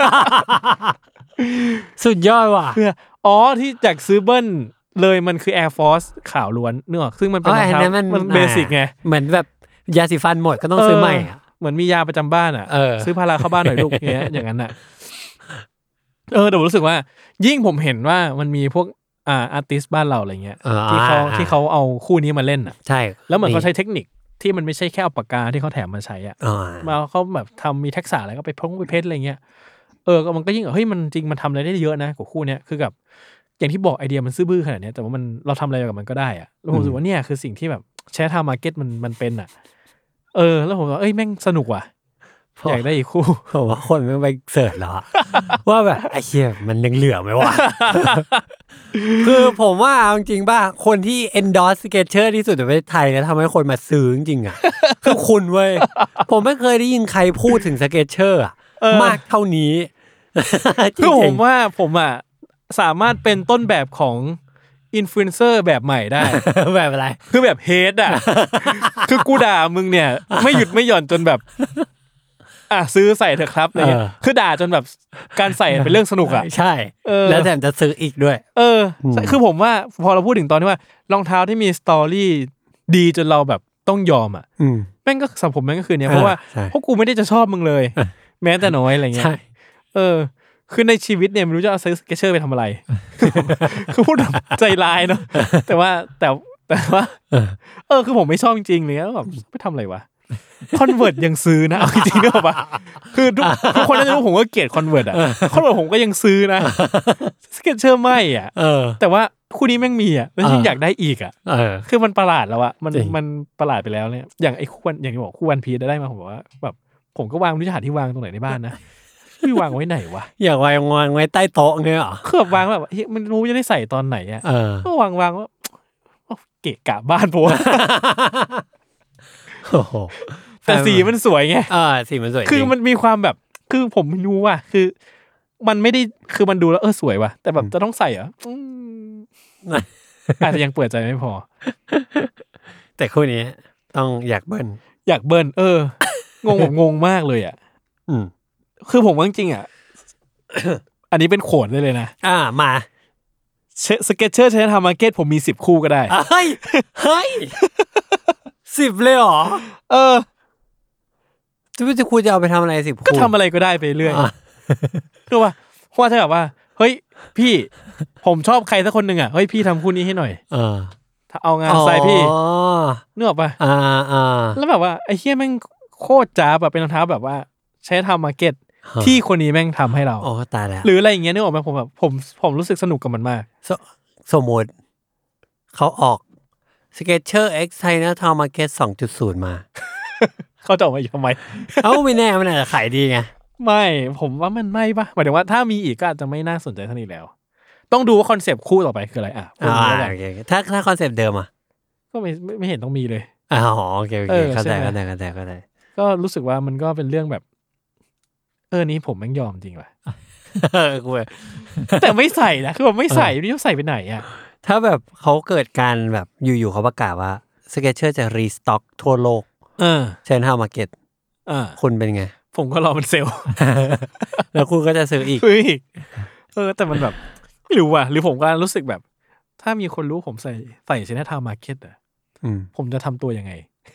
สุดยอดว่ะเพื่ออ๋อที่อยากซื้อเบิ้ลเลยมันคือ Air Force ขาวล้วนเนื้อซึ่งมันเป็นรองเท้ามันเบสิกไงเหมือนแบบยาสีฟันหมดก็ต้องซื้อใหม่อ่ะเหมือนมียาประจำบ้านอ่ะซื้อพาราเข้าบ้านหน่อยลูกเงี้ยอย่างนั้นอ่ะเออแต่ผมรู้สึกว่ายิ่งผมเห็นว่ามันมีพวกอ่าอาร์ติสต์บ้านเราอะไรเงี้ยที่เขาที่เขาเอาคู่นี้มาเล่นอ่ะใช่แล้วเหมือนเขาใช้เทคนิคที่มันไม่ใช่แค่เอาปากกาที่เขาแถมมาใช้อ่ะมาเขาแบบทำมีทักษะอะไรก็ไปพ้องไปเพชรอะไรเงี้ยเออมันก็ยิ่งเฮ้ยมันจริงมันทำอะไรได้เยอะนะกับคู่เนี้ยคือกับอย่างที่บอกไอเดียมันซื่อบื้อขนาดนี้แต่ว่ามันเราทำอะไรกับมันก็ได้อ่ะแล้วผมรู้สึกว่าเนี่ยคือสิ่งที่แบบแชร์ทำมาร์เก็ตมันมันเป็นอ่ะเออแล้วผมว่าเอ้ยแม่งสนุกว่ะอยากได้อีกคู่ผมว่าคนไม่ไปเสิร์ชหรอว่าแบบไอ้เหี้ยมันยังเหลือไหมวะ คือผมว่าจริงๆป่ะคนที่ endorse Skechers ที่สุดในประเทศไทยแล้วทำให้คนมาซื้อจริงๆอ่ะคือคุณเว้ยผมไม่เคยได้ยินใครพูดถึง Skechers อ่ะมากเท่านี้คือผมว่าผมอ่ะสามารถเป็นต้นแบบของอินฟลูเอนเซอร์แบบใหม่ได้แบบอะไรคือแบบเฮดอ่ะ คือกูด่ามึงเนี่ยไม่หยุดไม่หย่อนจนแบบอ่ะซื้อใส่เถอะครับอะไรเงี้ยคือด่าจนแบบการใส่เป็นเรื่องสนุกอ่ะใช่แล้วแถมจะซื้ออีกด้วยเออคือผมว่าพอเราพูดถึงตอนที่ว่ารองเท้าที่มีสตอรี่ดีจนเราแบบต้องยอมอ่ะแม่งก็สำหรับผมแม่งก็คือเนี้ยเพราะว่าเพราะกูไม่ได้จะชอบมึงเลยแม้แต่น้อยอะไรเงี้ยเออคือในชีวิตเนี่ยไม่รู้จะเอาซื้อสเก็ตเชอร์ไปทำอะไรคือพูดแบบใจร้ายเนาะแต่ว่าแต่แต่ว่าเออคือผมไม่ชอบจริงๆเลยแบบไม่ทำอะไรวะคอนเวิร์ตยังซื้อนะเอาจริงๆเนอะปะคือทุกคนน่าจะรู้ผมก็เกลียดคอนเวิร์ตอ่ะคอนเวิร์ตผมก็ยังซื้อนะสเก็ตเชอร์ไม่อ่ะแต่ว่าคู่นี้แม่งมีอ่ะแล้วยิ่งอยากได้อีกอ่ะคือมันประหลาดแล้วอ่ะมันมันประหลาดไปแล้วเนี่ยอย่างไอ้คู่วันอย่างที่บอกคู่วันพีได้มาผมบอกว่าแบบผมก็วางไม่รู้จะหาที่วางตรงไหนในบ้านนะพี่วางไว้ไหนวะอยากวางวางไว้ใต้โต๊ะเงี้ยเหรอคือแบบวางแบบเฮ้ยมันรู้จะได้ใส่ตอนไหนอ่ะก็วางวางว่าเกะกะบ้านผมโอ้โหแต่สีมันสวยไงอ่าสีมันสวยคือมันมีความแบบคือผมไม่รู้ว่ะคือมันไม่ได้คือมันดูแล้วเออสวยว่ะแต่แบบจะต้องใส่เหรออาจจะยังเปิดใจไม่พอแต่คู่นี้ต้องอยากเบิ้ลอยากเบิ้ลเอองงงงมากเลยอ่ะอืมคือผมว่าจริงๆอ่ะ อันนี้เป็นโขนได้เลยนะอ่ามาสเก็ตเชอร์ใช้ทำมาร์เก็ตผมมีสิบคู่ก็ได้เฮ้ยเฮ้ยสิบเลยเหรอเออจะจะคุณจะเอาไปทำอะไรสิบคู่ก็ทำอะไรก็ได้ไปเรื่อยคือว่าเพราะว่าถ้าแบบว่าเฮ้ยพี่ผมชอบใครสักคนหนึ่งอ่ะเฮ้ยพี่ทำคู่นี้ให้หน่อยเออถ้าเอางานใส่พี่นึกออกป่ะอ่าอ่าแล้วแบบว่าไอ้เหี้ยแม่งโคตรจ้าแบบเป็นรองเท้าแบบว่าใช้ทำมาร์เก็ตที่คนนี้แม่งทำให้เราอ๋อตายแล้วหรืออะไรอย่างเงี้ยนึกออกไหมผมแบบผมผมรู้สึกสนุกกับมันมากสมมติเขาออก Skechers X Chinatown Market สองจุดศูนย์ มาเขาจะออกมาอีกทำไมเอ้าไม่แน่มันอาจจะขายดีไงไม่ผมว่ามันไม่ป่ะหมายถึงว่าถ้ามีอีกก็อาจจะไม่น่าสนใจเท่านี้แล้วต้องดูว่าคอนเซปต์คู่ต่อไปคืออะไรอ่ะอ่าโอเคถ้าถ้าคอนเซปต์เดิมอ่ะก็ไม่ไม่เห็นต้องมีเลยอ๋อโอเคโอเคเข้าใจเข้าใจเข้าใจเข้าใจก็รู้สึกว่ามันก็เป็นเรื่องแบบเออนี้ผมแม่งยอมจริงว่ะเออกูแต่ไม่ใส่นะคือแบบไม่ใส่นี่จะใส่ไปไหนอ่ะถ้าแบบเขาเกิดการแบบอยู่ๆเขาประกาศว่า Skechers จะรีสต็อกทั่วโลกเออเช่น How Market อ่าคุณเป็นไงผมก็รอมันเซลล์แล้วคุณก็จะซื้ออีกเออแต่มันแบบไม่รู้ว่ะหรือผมก็รู้สึกแบบถ้ามีคนรู้ผมใส่ใส่เช่น How Market อ่ะผมจะทำตัวยังไง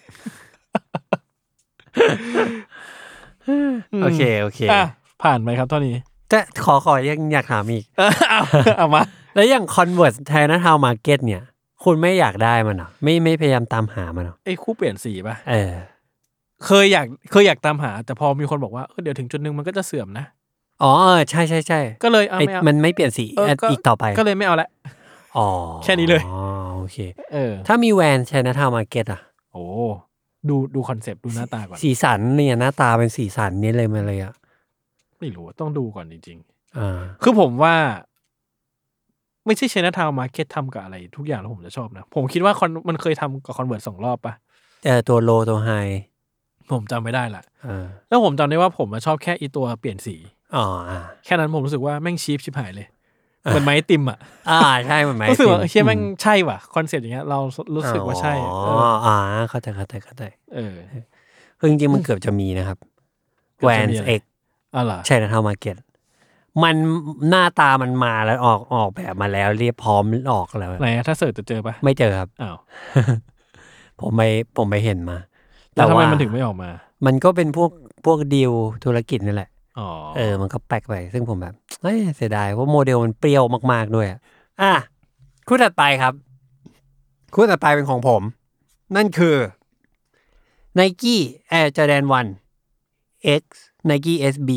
โอเคโอเคอ่ะผ่านไหมครับเท่านี้จะขอขอยังอยากถามอีกเอาเอามาแล้วอย่าง Converse Chinatown Market เนี่ยคุณไม่อยากได้มันเหรอไม่ไม่พยายามตามหามันเหรอไอ้คู่เปลี่ยนสีป่ะเออเคยอยากเคยอยากตามหาแต่พอมีคนบอกว่าเดี๋ยวถึงจุดนึงมันก็จะเสื่อมนะอ๋อใช่ๆๆก็เลยเอาไม่เอามันไม่เปลี่ยนสีอีกต่อไปก็เลยไม่เอาละอ๋อแค่นี้เลยอ๋อโอเคเออถ้ามีแวน Chinatown Market อ่ะโอ้ดูดูคอนเซปต์ดูหน้าตาก่อนสีสันเนี่ยหน้าตาเป็นสีสันนี้เลยมาเลยอ่ะไม่รู้ต้องดูก่อนจริงๆอ่าคือผมว่าไม่ใช่ Chinatown Market ทำกับอะไรทุกอย่างแล้วผมจะชอบนะผมคิดว่ามันเคยทำกับ Converse สองรอบป่ะเออตัวโลตัวไฮผมจำไม่ได้ละอ่าแล้วผมจำได้ว่าผมชอบแค่อีตัวเปลี่ยนสีอ๋ออ่าแค่นั้นผมรู้สึกว่าแม่งชีพชิบหายเลยเหมือนไม้ติมอ่ะอ่าใช่เหมือนไม้ติมรู้สึกว่าเชี่ยแม่งใช่ว่ะคอนเซ็ปต์อย่างเงี้ยเรารู้สึกว่าใช่อ๋ออ่าเข้าใจเข้าใจเข้าใจเออคือจริงๆมันเกือบจะมีนะครับแวน X อ๋อเหรอใช่นะเท่ามาร์เก็ตมันหน้าตามันมาแล้วออกออกแบบมาแล้วเรียบพร้อมออกแล้วไหนถ้าเสิร์ชจะเจอปะไม่เจอครับอ้าวผมไปผมไปเห็นมาแต่ทำไมมันถึงไม่ออกมามันก็เป็นพวกพวกดีลธุรกิจนั่นแหละอ๋อเออมันก็แปลกไปซึ่งผมแบบเฮ้ยเสียดายเพราะโมเดลมันเปรี้ยวมากๆด้วยอ่ะคู่ถัดไปครับคู่ถัดไปเป็นของผมนั่นคือ Nike Air Jordan วัน X Nike เอส บี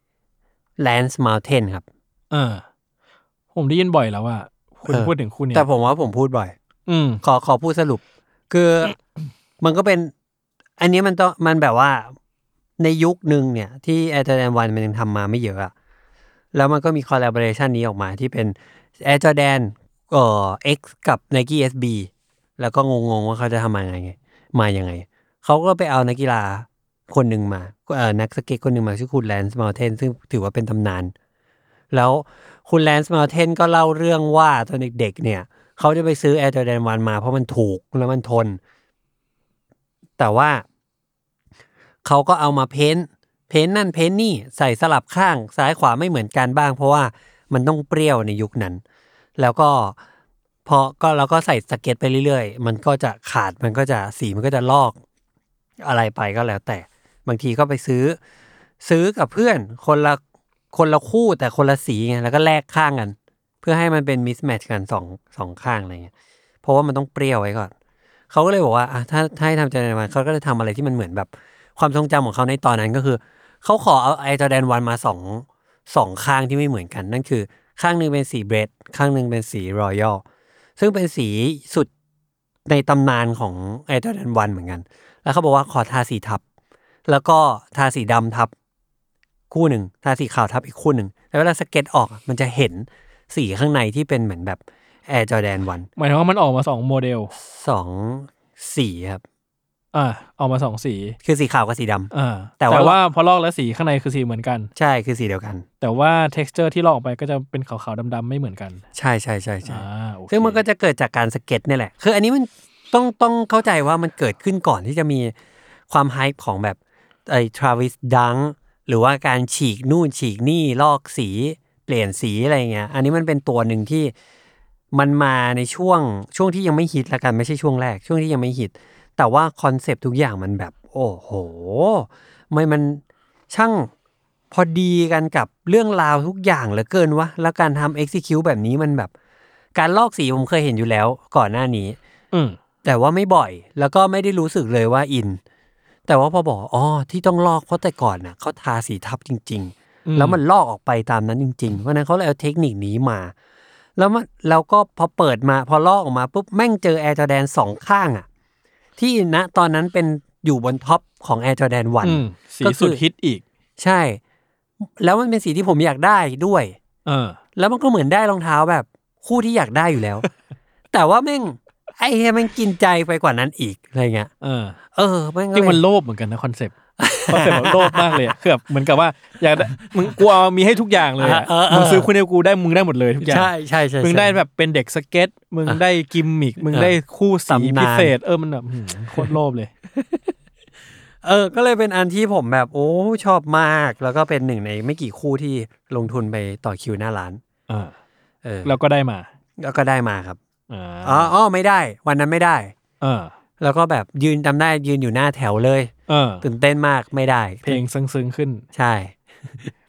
Lance Mountain ครับเออผมได้ยินบ่อยแล้วว่าคุณพูดถึงคู่นี้แต่ผมว่าผมพูดบ่อยอืมขอขอพูดสรุปคือมันก็เป็นอันนี้มันต้องมันแบบว่าในยุคนึงเนี่ยที่ Air Jordan วันมันยังทำมาไม่เยอะอะแล้วมันก็มี collaboration นี้ออกมาที่เป็น Air Jordan เอ่อ X กับ Nike เอส บี แล้วก็งงๆว่าเขาจะทำมายังไงมายังไงเขาก็ไปเอานักกีฬาคนหนึ่งมาเอ่อนักสเก็ตคนหนึ่งมาชื่อคุณ Lance Mountain ซึ่งถือว่าเป็นตำนานแล้วคุณ Lance Mountain ก็เล่าเรื่องว่าตอนเด็กๆเนี่ยเขาจะไปซื้อ Air Jordan วันมาเพราะมันถูกแล้วมันทนแต่ว่าเขาก็เอามาเพ้นเพ้นนั่นเพ้นนี่ใส่สลับข้างซ้ายขวาไม่เหมือนกันบ้างเพราะว่ามันต้องเปรี้ยวในยุคนั้นแล้วก็พอก็เราก็ใส่สเก็ตไปเรื่อยๆมันก็จะขาดมันก็จะสีมันก็จะลอกอะไรไปก็แล้วแต่บางทีก็ไปซื้อซื้อกับเพื่อนคนละคนละคู่แต่คนละสีไงแล้วก็แลกข้างกันเพื่อให้มันเป็นมิสแมทช์กันสองสองข้างอะไรเงี้ยเพราะว่ามันต้องเปรี้ยวไว้ก่อนเขาก็เลยบอกว่าอ่ะถ้าถ้าให้ทำใจในวันเขาก็จะทำอะไรที่มันเหมือนแบบความทรงจำของเขาในตอนนั้นก็คือเขาขอเอาไอจอร์แดนวันมาสองสองข้างที่ไม่เหมือนกันนั่นคือข้างนึงเป็นสีเบรดข้างนึงเป็นสีรอยัลซึ่งเป็นสีสุดในตำนานของไอจอร์แดนวันเหมือนกันแล้วเขาบอกว่าขอทาสีทับแล้วก็ทาสีดำทับคู่หนึ่งทาสีขาวทับอีกคู่หนึ่งแล้วเวลาสเก็ตออกมันจะเห็นสีข้างในที่เป็นเหมือนแบบแอร์จอร์แดนวันหมายถึงว่ามันออกมาสองโมเดลสองสีครับอ่าออกมาสองสีคือสีขาวกับสีดำอ่าแต่ว่าพอลอกแล้วสีข้างในคือสีเหมือนกันใช่คือสีเดียวกันแต่ว่า texture ที่ลอกออกไปก็จะเป็นขาวๆดำๆไม่เหมือนกันใช่ใช่ใช่ใช่อ่าโอเคซึ่งมันก็จะเกิดจากการสเก็ตนี่แหละคืออันนี้มันต้องต้องเข้าใจว่ามันเกิดขึ้นก่อนที่จะมีความไฮป์ของแบบไอ้ Travis Dunk หรือว่าการฉีกนู่นฉีกนี่ลอกสีเปลี่ยนสีอะไรเงี้ยอันนี้มันเป็นตัวหนึ่งที่มันมาในช่วงช่วงที่ยังไม่ฮิตละกันไม่ใช่ช่วงแรกช่วงที่ยังไม่ฮิตแต่ว่าคอนเซปต์ทุกอย่างมันแบบโอ้โหไม่มันช่างพอดีกันกับเรื่องราวทุกอย่างเหลือเกินวะแล้วการทำ execute แบบนี้มันแบบการลอกสีผมเคยเห็นอยู่แล้วก่อนหน้านี้อืมแต่ว่าไม่บ่อยแล้วก็ไม่ได้รู้สึกเลยว่าอินแต่ว่าพอบอกอ๋อที่ต้องลอกเพราะแต่ก่อนน่ะเขาทาสีทับจริงๆแล้วมันลอกออกไปตามนั้นจริงๆเพราะนั้นเขาเลยเอาเทคนิคนี้มาแล้วมันเราก็พอเปิดมาพอลอกออกมาปุ๊บแม่งเจอ Air Jordan สองข้างอ่ะที่ณตอนนั้นเป็นอยู่บนท็อปของ Air Jordan วันสีสุดฮิตอีกใช่แล้วมันเป็นสีที่ผมอยากได้ด้วยเออแล้วมันก็เหมือนได้รองเท้าแบบคู่ที่อยากได้อยู่แล้ว แต่ว่าแม่งไอ้เหี้ยมันกินใจไปกว่านั้นอีกอะไรเงี้ยเออเออแม่งจริงมันโลภเหมือนกันนะคอนเซ็ปต์คอนเซ็ปต์มันโลภมากเลยคือแบบเหมือนกับว่าอยากมึงกูเอามีให้ทุกอย่างเลยอ่ะมึงซื้อคู่เดียวกูได้มึงได้หมดเลยทุกอย่างใช่ใช่ใช่มึงได้แบบเป็นเด็กสเก็ตมึงได้กิมมิกมึงได้คู่สีพิเศษเออมันแบบโคตรโลภเลยเออก็เลยเป็นอันที่ผมแบบโอ้ชอบมากแล้วก็เป็นหนึ่งในไม่กี่คู่ที่ลงทุนไปต่อคิวหน้าร้านเออเออแล้วก็ได้มาแล้วก็ได้มาครับอ๋ออ๋อไม่ได้วันนั้นไม่ได้เออแล้วก็แบบยืนจำได้ยืนอยู่หน้าแถวเลยเออตื่นเต้นมากไม่ได้เพลงซึ้งๆขึ้นใช่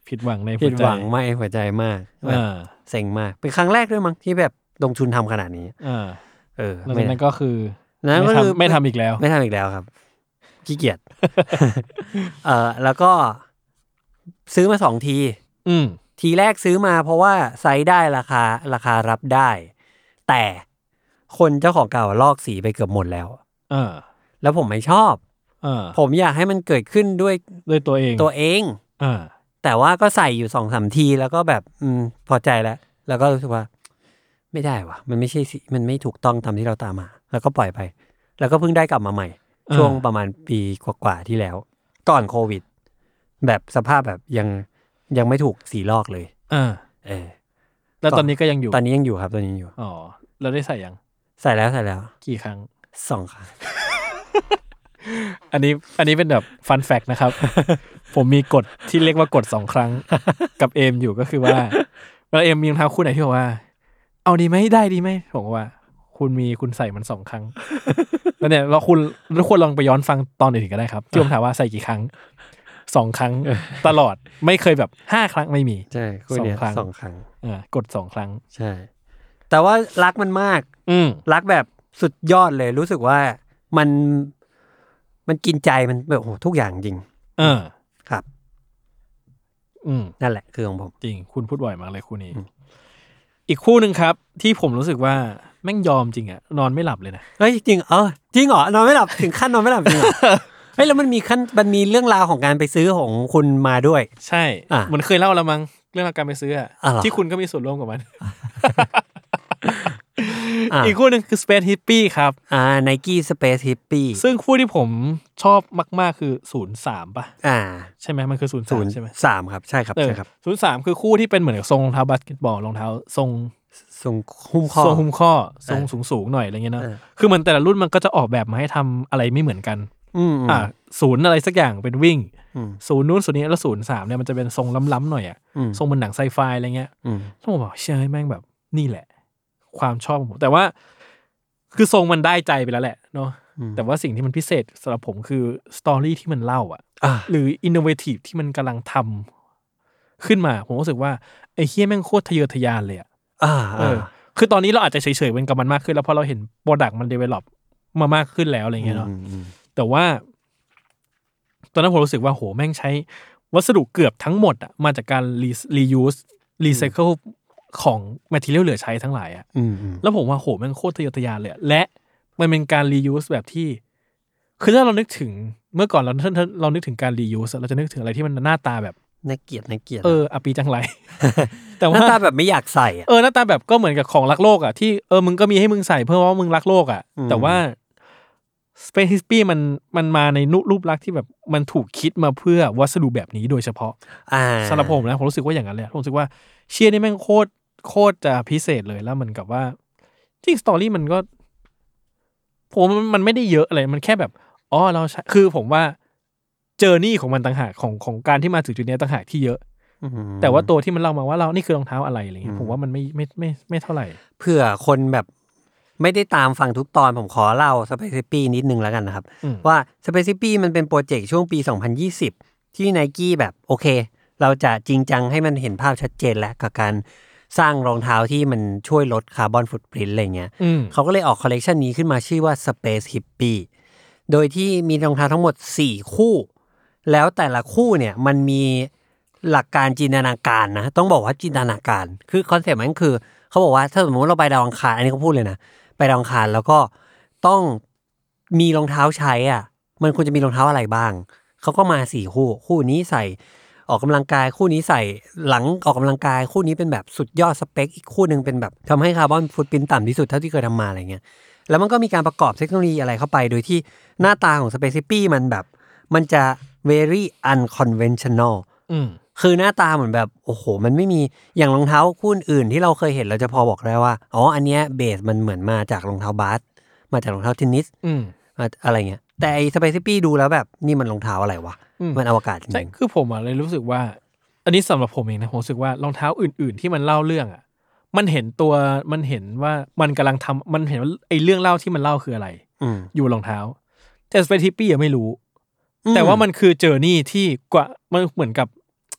ผิดหวังในหัวใจผิดหวังไม่หัวใจมากแบบเซ็งมากเป็นครั้งแรกด้วยมั้งที่แบบลงทุนทำขนาดนี้เออแล้วนั้นก็คือนั้นก็คือไม่ทำอีกแล้วไม่ทำอีกแล้วครับขี้เกียจเออแล้วก็ซื้อมาสองทีอืมทีแรกซื้อมาเพราะว่าไซส์ได้ราคาราคารับได้แต่คนเจ้าของเก่าลอกสีไปเกือบหมดแล้วเออแล้วผมไม่ชอบเออผมอยากให้มันเกิดขึ้นด้วยด้วยตัวเองตัวเองเออแต่ว่าก็ใส่อยู่ สองสาม ทีแล้วก็แบบอืมพอใจแล้วแล้วก็รู้สึกว่าไม่ได้ว่ะมันไม่ใช่มันไม่ถูกต้องตามที่เราตามมาแล้วก็ปล่อยไปแล้วก็เพิ่งได้กลับมาใหม่ช่วงประมาณปีกว่าๆที่แล้วก่อนโควิดแบบสภาพแบบยังยังไม่ถูกสีลอกเลยเออเออแล้วตอนนี้ก็ยังอยู่ตอนนี้ยังอยู่ครับตอนนี้อยู่อ๋อเราได้ใส่ยังใส่แล้วใส่แล้วกี่ครั้งสองครั้งอันนี้อันนี้เป็นแบบฟันแฟกต์นะครับ ผมมีกฎที่เรียกว่ากฎสองครั้งกับเอมอยู่ก็คือว่าเวลาเอมมีรองเท้าคู่ไหนที่บอกว่าเอาดีไหมได้ดีไหมผมว่าคุณมีคุณใส่มันสองครั้งแล้วเนี่ยเราคุณทุกคนลองไปย้อนฟังตอนอื่นก็ได้ครับที่ผมถามว่าใส่กี่ครั้งสองครั้งตลอดไม่เคยแบบห้าครั้งไม่มีใช่คู่นี้สองครั้งอ่ากดสองครั้งใช่แต่ว่ารักมันมากอืมรักแบบสุดยอดเลยรู้สึกว่ามันมันกินใจมันแบบโอ้ทุกอย่างจริงเออครับอืมนั่นแหละคือของผมจริงคุณพูดบ่อยมากเลยคู่นี้อีกคู่หนึ่งครับที่ผมรู้สึกว่าแม่งยอมจริงอะนอนไม่หลับเลยนะเฮ้ยจริงเออจริงเหรอนอนไม่หลับถึงขั้นนอนไม่หลับจริงเหรอเฮ้ยแล้วมันมีขั้นมันมีเรื่องราวของการไปซื้อของคุณมาด้วยใช่เหมือนเคยเล่าแล้วมั้งเรื่องราวการไปซื้ออะที่คุณก็มีส่วนร่วมกับมันอีกคู่หนึ่งคือ Space Hippie ครับอ่า Nike Space Hippie ซึ่งคู่ที่ผมชอบมากๆคือศูนย์สามป่ะอ่าใช่ไหมมันคือศูนย์สามใช่ไหมสามครับใช่ครับใช่ครับศูนย์สามคือคู่ที่เป็นเหมือนกับทรงรองเท้าบาสเกตบอลรองเท้าทรงทรงหุ้มข้อทรงหุ้มข้อทรงสูงๆหน่อยอะไรเงี้ยเนาะคือมันแต่ละรุ่นมันก็จะออกแบบมาให้ทำอะไรไม่เหมือนกันอ่าศูนย์อะไรสักอย่างเป็นวิ่งศูนย์นู้นศูนย์นี้แล้วศูนย์สามเนี่ยมันจะเป็นทรงล้ำๆหน่อยอ่ะทรงเหมือนหนังไซไฟอะไรเงี้ยต้องบอกเชื่อแม่งแบบนี่แหละความชอบของผมแต่ว่าคือทรงมันได้ใจไปแล้วแหละเนาะแต่ว่าสิ่งที่มันพิเศษสำหรับผมคือสตอรี่ที่มันเล่าอ่ะหรืออินโนเวทีฟที่มันกำลังทำขึ้นมาผมรู้สึกว่าไอ้เฮี้ยแม่งโคตรทะเยอทะยานเลยอ่ะเออคือตอนนี้เราอาจจะเฉยๆเป็นกับมันมากขึ้นแล้วเพราะเราเห็นโปรดักต์มันเดเวลลอปมามากขึ้นแล้วอะไรเงี้ยเนาะแต่ว่าตอนนั้นผมรู้สึกว่าโหแม่งใช้วัสดุเกือบทั้งหมดอ่ะมาจากการรีรียูสรีไซเคิลของแมททีเรียลเหลือใช้ทั้งหลายอ่ะแล้วผมว่าโหแม่งโคตรทะเยอทะยานเลยและมันเป็นการรียูสแบบที่คือถ้าเรานึกถึงเมื่อก่อนเราถ้าเรานึกถึงการรียูสเราจะนึกถึงอะไรที่มันหน้าตาแบบน่าเกลียดน่าเกลียดเอออปีจังไรแต่ว่าหน้าตาแบบไม่อยากใส่เออหน้าตาแบบก็เหมือนกับของรักโลกอ่ะที่เออมึงก็มีให้มึงใส่เพื่อว่ามึงรักโลกอ่ะแต่ว่า Space Hippie มันมันมาในรูปลักษณ์ที่แบบมันถูกคิดมาเพื่อวัสดุแบบนี้โดยเฉพาะสำหรับผมนะผมรู้สึกว่าอย่างนั้นเลยผมรู้สึกว่าเชียร์นี่แม่งโคตรโคตรจะพิเศษเลยแล้วเหมือนกับว่าจริงสตอรี่มันก็ผมมันไม่ได้เยอะอะไรมันแค่แบบอ๋อเราคือผมว่าเจอร์นี่ของมันต่างหากของของการที่มาถึงจุดนี้ต่างหากที่เยอะแต่ว่าตัวที่มันเล่ามาว่าเรานี่คือรองเท้าอะไรอะไรเงี้ยผมว่ามันไม่ไม่ไม่ไม่เท่าไหร่เผื่อคนแบบไม่ได้ตามฟังทุกตอนผมขอเล่า Space Hippie นิดนึงแล้วกันนะครับว่า Space Hippie มันเป็นโปรเจกต์ช่วงปีสองพันยี่สิบที่ Nike แบบโอเคเราจะจริงจังให้มันเห็นภาพชัดเจนแล้วกับการสร้างรองเท้าที่มันช่วยลดคาร์บอนฟุตพริ้นท์อะไรเงี้ยเขาก็เลยออกคอลเลกชันนี้ขึ้นมาชื่อว่า Space Hippie โดยที่มีรองเท้าทั้งหมดสี่คู่แล้วแต่ละคู่เนี่ยมันมีหลักการจินตนาการนะต้องบอกว่าจินตนาการคือคอนเซ็ปต์มันคือเขาบอกว่าถ้าสมมติเราไปดาวอังคารอันนี้เขาพูดเลยนะไปดาวอังคารแล้วก็ต้องมีรองเท้าใช้อ่ะมันควรจะมีรองเท้าอะไรบ้างเขาก็มาสี่คู่คู่นี้ใส่ออกกำลังกายคู่นี้ใส่หลังออกกำลังกายคู่นี้เป็นแบบสุดยอดสเปคอีกคู่นึงเป็นแบบทำให้คาร์บอนฟุตพริ้นท์ต่ำที่สุดเท่าที่เคยทำมาอะไรเงี้ยแล้วมันก็มีการประกอบเทคโนโลยีอะไรเข้าไปโดยที่หน้าตาของ Space Hippie มันแบบมันจะ very unconventional อืมคือหน้าตาเหมือนแบบโอ้โหมันไม่มีอย่างรองเท้าคู่อื่นที่เราเคยเห็นเราจะพอบอกได้ว่าอ๋ออันเนี้ยเบสมันเหมือนมาจากรองเท้าบาสมาจากรองเท้าเทนนิสอืมอะไรเงี้ยแต่ไอ้ Space Hippie ดูแล้วแบบนี่มันรองเท้าอะไรวะมันอวกาศจริงๆคือผมอ่ะเลยรู้สึกว่าอันนี้สำหรับผมเองนะผมรู้สึกว่ารองเท้าอื่นๆที่มันเล่าเรื่องอ่ะมันเห็นตัวมันเห็นว่ามันกำลังทำมันเห็นว่าไอ้เรื่องเล่าที่มันเล่าคืออะไรอยู่รองเท้าแต่ Space Hippie ยังไม่รู้แต่ว่ามันคือเจอร์นี่ที่กว่ามันเหมือนกับ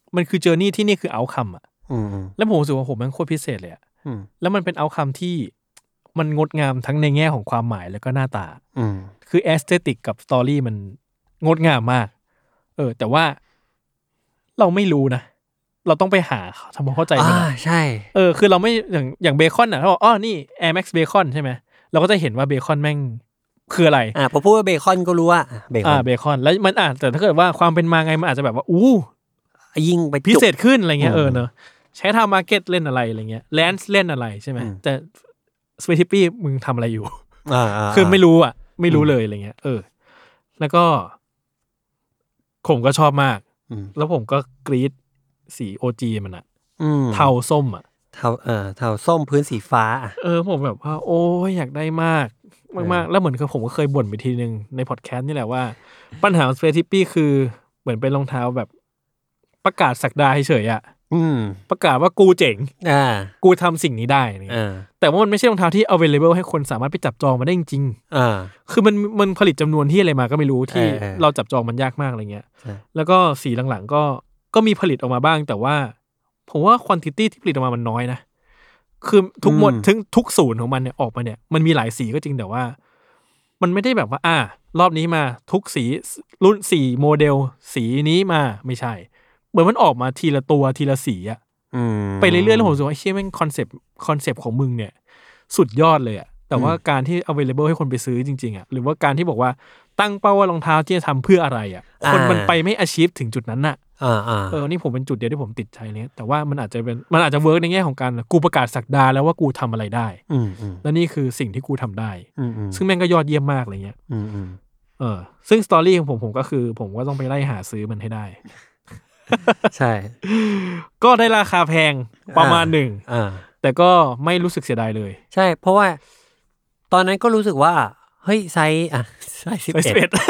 มันคือเจอร์นี่ที่นี่คือเอาท์คัมอ่ะแล้วผมรู้สึกว่าผมมันโคตรพิเศษเลยอ่ะแล้วมันเป็นเอาท์คัมที่มันงดงามทั้งในแง่ของความหมายแล้วก็หน้าตาคือแอสเธติกกับสตอรี่มันงดงามมากเออแต่ว่าเราไม่รู้นะเราต้องไปหาทำความเข้าใจมันอ่าใช่เออคือเราไม่อย่างอย่างเบคอนอ่ะเขาบอกอ๋อนี่ Air Max Bacon ใช่ไหมเราก็จะเห็นว่าเบคอนแม่งคืออะไรอ่าพอพูดว่าเบคอนก็รู้ว่าเบคอนอ่าเบคอนแล้วมันอ่ะแต่ถ้าเกิดว่าความเป็นมาไงมันอาจจะแบบว่าอู้ยิ่งไปพิเศษขึ้นอะไรเงี้ยเออเนอะใช้ทำมาร์เก็ตเล่นอะไรอะไรเงี้ยแลนซ์เล่นอะไรใช่ไหมแต่สเปทิปี้มึงทำอะไรอยู่อ่าคือไม่รู้อ่ะไม่รู้เลยอะไรเงี้ยเออแล้วก็ผมก็ชอบมากแล้วผมก็กรี๊ดสี โอ จี มันอ่ะเทาส้มอ่ะเทาเออเทาส้มพื้นสีฟ้าเออผมแบบว่าโอ้ยอยากได้มากมากๆแล้วเหมือนคือผมก็เคยบ่นไปทีนึงในพอดแคสต์นี่แหละว่าปัญหาของสเปทิปี้คือเหมือนเป็นรองเท้าแบบประกาศศักดาเฉยๆอ่ะประกาศว่ากูเจ๋งอ่ากูทำสิ่งนี้ได้เนี่ยแต่ว่ามันไม่ใช่รองเท้าที่ available ให้คนสามารถไปจับจองมาได้จริงๆอ่าคือมันมันผลิตจำนวนที่อะไรมาก็ไม่รู้ที่เราจับจองมันยากมากอะไรเงี้ยแล้วก็สีหลังๆก็ก็มีผลิตออกมาบ้างแต่ว่าผมว่า quantity ที่ผลิตออกมามันน้อยนะคือทุกหมดถึงทุกศูนย์ของมันเนี่ยออกมาเนี่ยมันมีหลายสีก็จริงแต่ว่ามันไม่ได้แบบว่าอ่ารอบนี้มาทุกสีรุ่นสี่โมเดลสีนี้มาไม่ใช่เหมือนมันออกมาทีละตัวทีละสีอะไปเรื่อยๆแล้วผมรู้สึกว่าเชี่ยแม่งคอนเซปต์คอนเซปต์ของมึงเนี่ยสุดยอดเลยอะแต่ว่าการที่ available ให้คนไปซื้อจริงๆอะหรือว่าการที่บอกว่าตั้งเป้าว่ารองเท้าที่จะทำเพื่ออะไรอะคนมันไปไม่ achieve ถึงจุดนั้นน่ะเออนี่ผมเป็นจุดเดียวที่ผมติดใจเลยแต่ว่ามันอาจจะเป็นมันอาจจะเวิร์กในแง่ของการกูประกาศศักดาแล้วว่ากูทำอะไรได้แล้วนี่คือสิ่งที่กูทำได้ซึ่งแม่งก็ยอดเยี่ยมมากอะไรเงี้ยเออซึ่งสตอรี่ของผมผมก็คือผมก็ต้องไปไล่หาซื้อมันให้ได้ใช่ก็ได้ราคาแพงประมาณหนึ่งแต่ก็ไม่รู้สึกเสียดายเลยใช่เพราะว่าตอนนั้นก็รู้สึกว่าเฮ้ยไซส์อ่ะไซส์สิบเอ็ด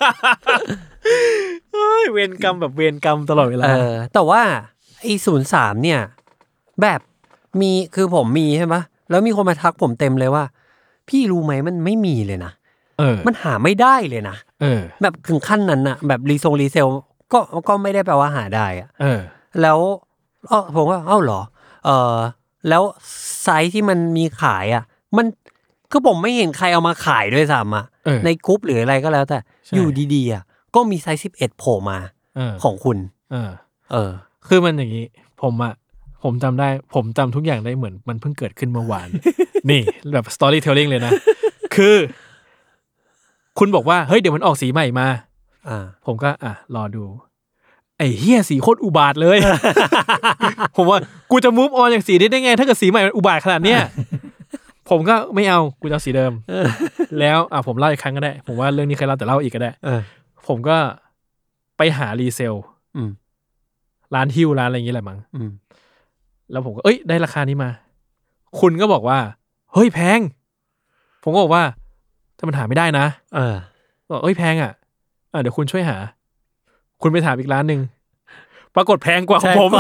เฮ้ยเวรกรรมแบบเวรกรรมตลอดเวลาเออแต่ว่าไอ้ศูนย์สามเนี่ยแบบมีคือผมมีใช่ปะแล้วมีคนมาทักผมเต็มเลยว่าพี่รู้ไหมมันไม่มีเลยนะเออมันหาไม่ได้เลยนะเออแบบถึงขั้นนั้นน่ะแบบรีซงรีเซลก็ก็ไม่ได้แปลว่าหาได้อ่ะเออแล้วเออผมว่าเอ้าเหรอเออแล้วไซส์ที่มันมีขายอ่ะมันคือผมไม่เห็นใครเอามาขายด้วยซ้ำอ่ะในกรุ๊ปหรืออะไรก็แล้วแต่อยู่ดีๆอ่ะก็มีไซส์สิบเอ็ดโผล่มาของคุณเออเออคือมันอย่างนี้ผมอ่ะผมจำได้ผมจำทุกอย่างได้เหมือนมันเพิ่งเกิดขึ้นเมื่อวาน นี่แบบ storytelling เลยนะ คือคุณบอกว่าเฮ้ยเดี๋ยวมันออกสีใหม่มาอ่าผมก็อ่ะรอดูไอ้เหี้ยสีโคตรอุบาทเลย ผมว่ากูจะ move on อย่างสีนี้ได้ไงถ้าเกิดสีใหม่มันอุบาทขนาดเนี้ย ผมก็ไม่เอากูจะเอาสีเดิม แล้วอ่ะผมเล่าอีกครั้งก็ได้ผมว่าเรื่องนี้เคยเล่าแต่เล่าอีกก็ได้ผมก็ไปหารีเซลร้านฮิวร้านอะไรอย่างเงี้ยแหละมั้งแล้วผมก็เอ้ยได้ราคานี้มาคุณก็บอกว่าเฮ้ยแพงผมก็บอกว่าถ้ามันหาไม่ได้นะเออบอกเอ้ยแพงอ่ะอ่ะเดี๋ยวคุณช่วยหาคุณไปถามอีกร้านนึงปรากฏแพงกว่าของผม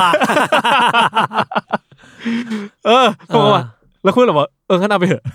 เออผมบอกว่าแล้วคุณบอกเอองั้นเอาไปเถอะ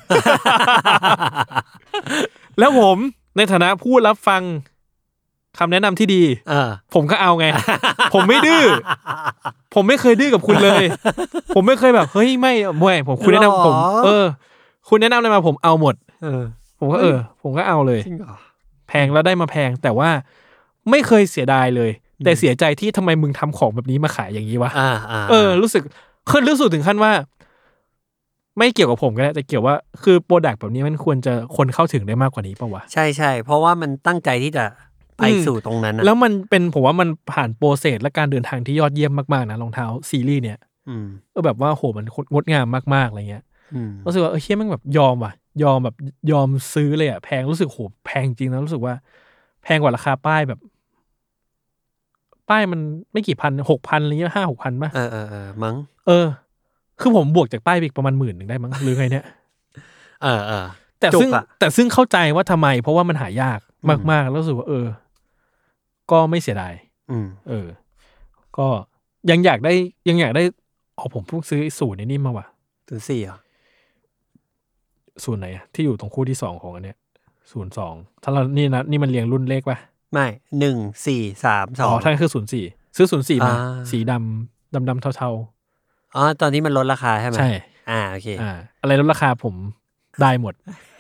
แล้วผมในฐานะผู้รับฟังคำแนะนำที่ดีผมก็เอาไง ผมไม่ดื้อผมไม่เคยดื้อกับคุณเลย ผมไม่เคยแบบเฮ้ยไม่ไม่ผมคุณแนะนำผมเออคุณแนะนำอะไรมาผมเอาหมดผมก็เออผมก็เอาเลยแพงแล้วได้มาแพงแต่ว่าไม่เคยเสียดายเลยแต่เสียใจที่ทำไมมึงทำของแบบนี้มาขายอย่างนี้วะเออรู้สึกคือรู้สึกถึงขั้นว่าไม่เกี่ยวกับผมก็ได้แต่เกี่ยวว่าคือโปรดักต์แบบนี้มันควรจะคนเข้าถึงได้มากกว่านี้ป่าววะใช่ใช่เพราะว่ามันตั้งใจที่จะไปสู่ตรงนั้นนะแล้วมันเป็นผมว่ามันผ่านโปรเซสและการเดินทางที่ยอดเยี่ยมมากๆนะรองเท้าซีรีส์เนี่ยเออแบบว่าโหมันงดงามมากๆอะไรเงี้ยรู้สึกว่าเออเชี่ยมันแบบยอมว่ะยอมแบบยอมซื้อเลยอ่ะแพงรู้สึกโหแพงจริงนะรู้สึกว่าแพงกว่าราคาป้ายแบบป้ายมันไม่กี่พันหกพันอะไรเงี้ยห้าหกพันป่ะเออเออเออมั้งเออคือผมบวกจากป้ายไปอีกประมาณหมื่นหนึ่งได้มั้งหรือไงเนี่ยเออเออแต่ซึ่งแต่ซึ่งเข้าใจว่าทำไมเพราะว่ามันหายากมากๆแล้วรู้สึกว่าเออก็ไม่เสียดายเออก็ยังอยากได้ยังอยากได้อ๋อผมเพิ่งซื้อสูตรนี้มาว่ะศูนย์สี่อ่ะศูนย์ไหนที่อยู่ตรงคู่ที่สองของอันเนี้ยศูนย์สองถ้าเรานี่นะนี่มันเรียงรุ่นเลขป่ะไม่หนึ่งสี่สามสองอ๋อทั้งคือศูนย์สี่ซื้อศูนย์สี่มาสีดำดำๆเทาๆอ๋อตอนนี้มันลดราคาใช่ไหมใช่อ่าโอเคอ่าอะไรลดราคาผมได้หมด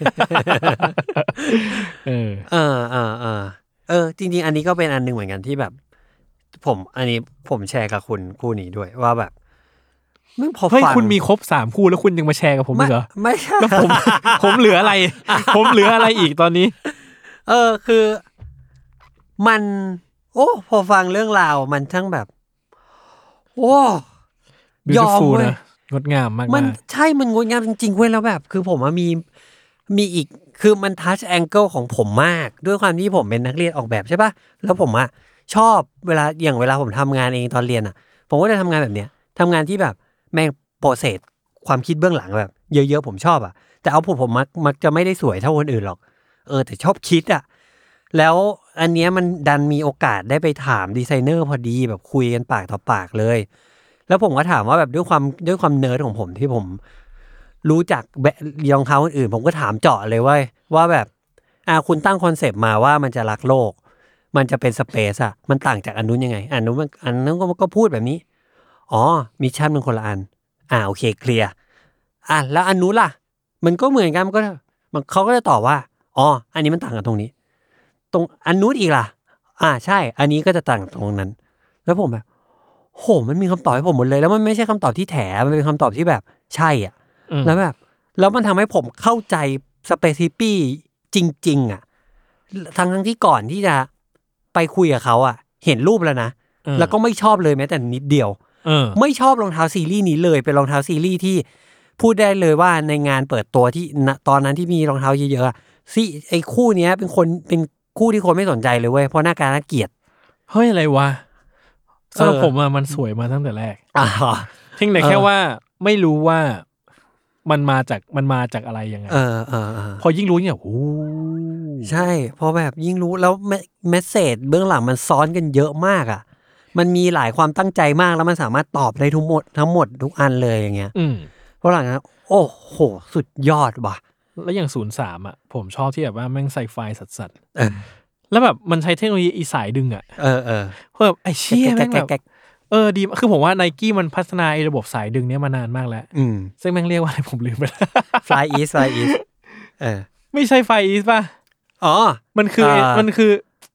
เออเออเออเออเออจริงๆอันนี้ก็เป็นอันนึงเหมือนกันที่แบบผมอันนี้ผมแชร์กับคุณคู่นี้ด้วยว่าแบบมึงพอฟังเฮ้ยคุณมีครบสามคู่แล้วคุณยังมาแชร์กับผมเหรอไม่ใช่แล้วผมผมเหลืออะไรผมเหลืออะไรอีกตอนนี้เออคือมันโอ้พอฟังเรื่องราวมันทั้งแบบโอ้ยอมนะงดงามมากมันใช่มันงดงามจริงๆเว้ยแล้วแบบคือผมมีมีอีกคือมันทัชแองเกิลของผมมากด้วยความที่ผมเป็นนักเรียนออกแบบใช่ป่ะแล้วผมอ่ะชอบเวลาอย่างเวลาผมทำงานเองตอนเรียนอ่ะผมก็จะทำงานแบบเนี้ยทำงานที่แบบแม่งโปรเซสความคิดเบื้องหลังแบบเยอะๆผมชอบอ่ะแต่เอาผมผมมักมักจะไม่ได้สวยเท่าคนอื่นหรอกเออแต่ชอบคิดอ่ะแล้วอันเนี้ยมันดันมีโอกาสได้ไปถามดีไซเนอร์พอดีแบบคุยกันปากต่อปากเลยแล้วผมก็ถามว่าแบบด้วยความด้วยความเนิร์ดของผมที่ผมรู้จักรองเท้าอื่นผมก็ถามเจาะเลยว่าว่าแบบอ่าคุณตั้งคอนเซปต์มาว่ามันจะรักโลกมันจะเป็นสเปซอะมันต่างจากอันนู้นยังไงอันนู้นอันนู้นก็ก็พูดแบบนี้อ๋อมิชชั่นมันคนละอันอ่าโอเคเคลียร์อ่ะแล้วอันนู้นล่ะมันก็เหมือนกันมันก็มันเขาก็จะตอบว่าอ๋ออันนี้มันต่างกันตรงนี้ตรงอันนู้นอีกล่ะอ่าใช่อันนี้ก็จะต่างตรงนั้นแล้วผมแบบโหมันมีคำตอบให้ผมหมดเลยแล้วมันไม่ใช่คำตอบที่แถมันเป็นคำตอบที่แบบใช่อ่ะแล้วแบบแล้วมันทำให้ผมเข้าใจสเปซิฟี่จริงๆอ่ะทั้งทั้งที่ก่อนที่จะไปคุยกับเขาอ่ะเห็นรูปแล้วนะแล้วก็ไม่ชอบเลยแม้แต่นิดเดียวไม่ชอบรองเท้าซีรีส์นี้เลยเป็นรองเท้าซีรีส์ที่พูดได้เลยว่าในงานเปิดตัวที่ตอนนั้นที่มีรองเท้าเยอะๆซิไอ้คู่เนี้ยเป็นคนเป็นคู่ที่คนไม่สนใจเลยเว้ยเพราะหน้าการน่าเกลียดเฮ้ยอะไรวะสำหรับผมอะมันสวยมาตั้งแต่แรกเพียงแต่แค่ว่าไม่รู้ว่ามันมาจากมันมาจากอะไรยังไงเออเออพอยิ่งรู้เนี่ยโอ้ใช่พอแบบยิ่งรู้แล้วเมสเสจเบื้องหลังมันซ้อนกันเยอะมากอ่ะมันมีหลายความตั้งใจมากแล้วมันสามารถตอบได้ทุกหมดทั้งหมดทุกอันเลยอย่างเงี้ยเพราะหลังนั้นโอ้โหสุดยอดว่ะแล้วอย่างศูนย์สามอ่ะผมชอบที่แบบว่าแม่งไซไฟสัสๆแล้วแบบมันใช้เทคโนโลยีอีสายดึงอ่ะเออเออเพิ่มไอ้เชี่ยแม่งแบบเออดีคือผมว่า Nike มันพัฒนาไอ้ระบบสายดึงเนี้ยมานานมากแล้วซึ่งแม่งเรียกว่าอะไรผมลืมไปแล้ว Fly East Fly East เออไม่ใช่ Fly East ป่ะอ๋อมันคือมันคือ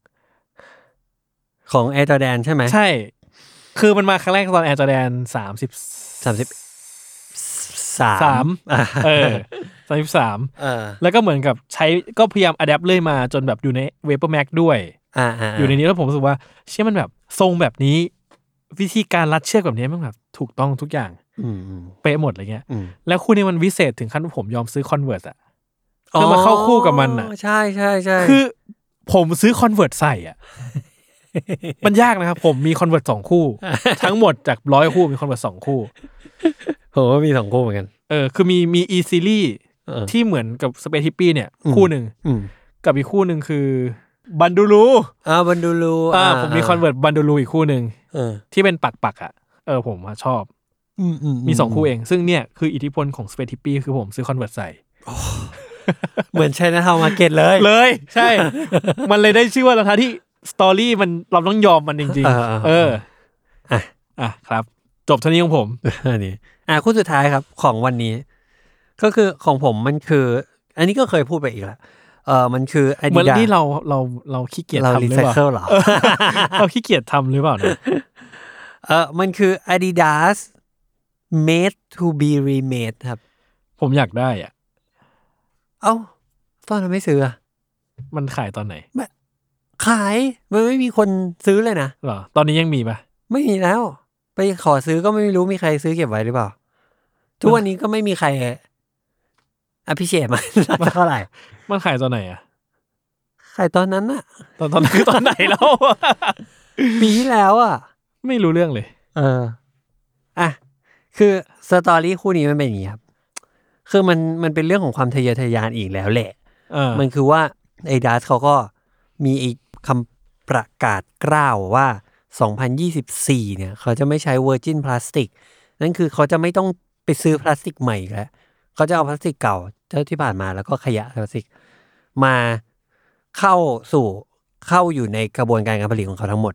ของ Air Jordan ใช่ไหมใช่คือมันมาครั้งแรกตอน Air Jordan สามสิบสามสิบสามเออสามสิบสามเออแล้วก็เหมือนกับใช้ก็พยายามอะแดปเลยมาจนแบบอยู่ใน Vapor Max ด้วยอ่าอยู่ในนี้แล้วผมรู้สึกว่าเชื่อมันแบบทรงแบบนี้วิธีการรัดเชือกแบบนี้มันแบบถูกต้องทุกอย่างเป๊ะหมดอะไรเงี้ยแล้วคู่นี้มันวิเศษถึงขั้นว่าผมยอมซื้อ Converse อ่ะเพื่อมาเข้าคู่กับมันอ่ะใช่ใช่ใช่คือผมซื้อ Converse ใส่อ่ะมันยากนะครับผมมี Converse สองคู่ทั้งหมดจากร้อยคู่มี Converse สองคู่โหมีสองคู่เหมือนกันเออคือมีมี E Series ที่เหมือนกับ Space Hippie เนี่ยคู่นึงกับอีกคู่นึงคือบันดูลูอ่าบันดูลูอ่าผมมี Converse บันดูลูอีกคู่นึงที่เป็นปักๆอ่ะเออผมชอบมีสองคู่เองซึ่งเนี่ยคืออิทธิพลของ Space Hippie คือผมซื้อ Converse ใส่เหมือน Chinatown Market เลยเลยใช่มันเลยได้ชื่อว่ารองเท้าที่สตอรี่มันเราต้องยอมมันจริงๆเอออ่ะอ่ะครับจบเท่านี้ของผมอันนี้อ่ะคู่สุดท้ายครับของวันนี้ก็คือของผมมันคืออันนี้ก็เคยพูดไปอีกแล้วเออมันคือ Adidas เหมือนที่เราเราเราขี้เกียจทำหรือเปล่าเราเราขี้เกียจทำหรือเปล่าเนี่ยเออมันคือ Adidas made to be remade ครับผมอยากได้อ่ะเอ้าตอนนั้นไม่ซื้อมันขายตอนไหนขายมันไม่มีคนซื้อเลยนะหรอตอนนี้ยังมีปะไม่มีแล้วไปขอซื้อก็ไม่รู้มีใครซื้อเก็บไว้หรือเปล่าทุกวันนี้ก็ไม่มีใครอภิเษกมันเท่าไหร่มันขายตอนไหนอ่ะขายตอนนั้นอะตอนตอนนั้นคือตอนไหนแล้วปีที่แล้วอะไม่รู้เรื่องเลยเอออ่ะคือสตอรี่คู่นี้มันเป็นอย่างนี้ครับคือมันมันเป็นเรื่องของความทะเยอทะยานอีกแล้วแหละมันคือว่าไอ้ดัสเขาก็มีไอ้คำประกาศกล้าวว่าสองพันยี่สิบสี่เนี่ยเขาจะไม่ใช้เวอร์จินพลาสติกนั่นคือเขาจะไม่ต้องไปซื้อพลาสติกใหม่แล้วเขาจะเอาพลาสติกเก่าเท่าที่ผ่านมาแล้วก็ขยะพลาสติกมาเข้าสู่เข้าอยู่ในกระบวนการการผลิตของเขาทั้งหมด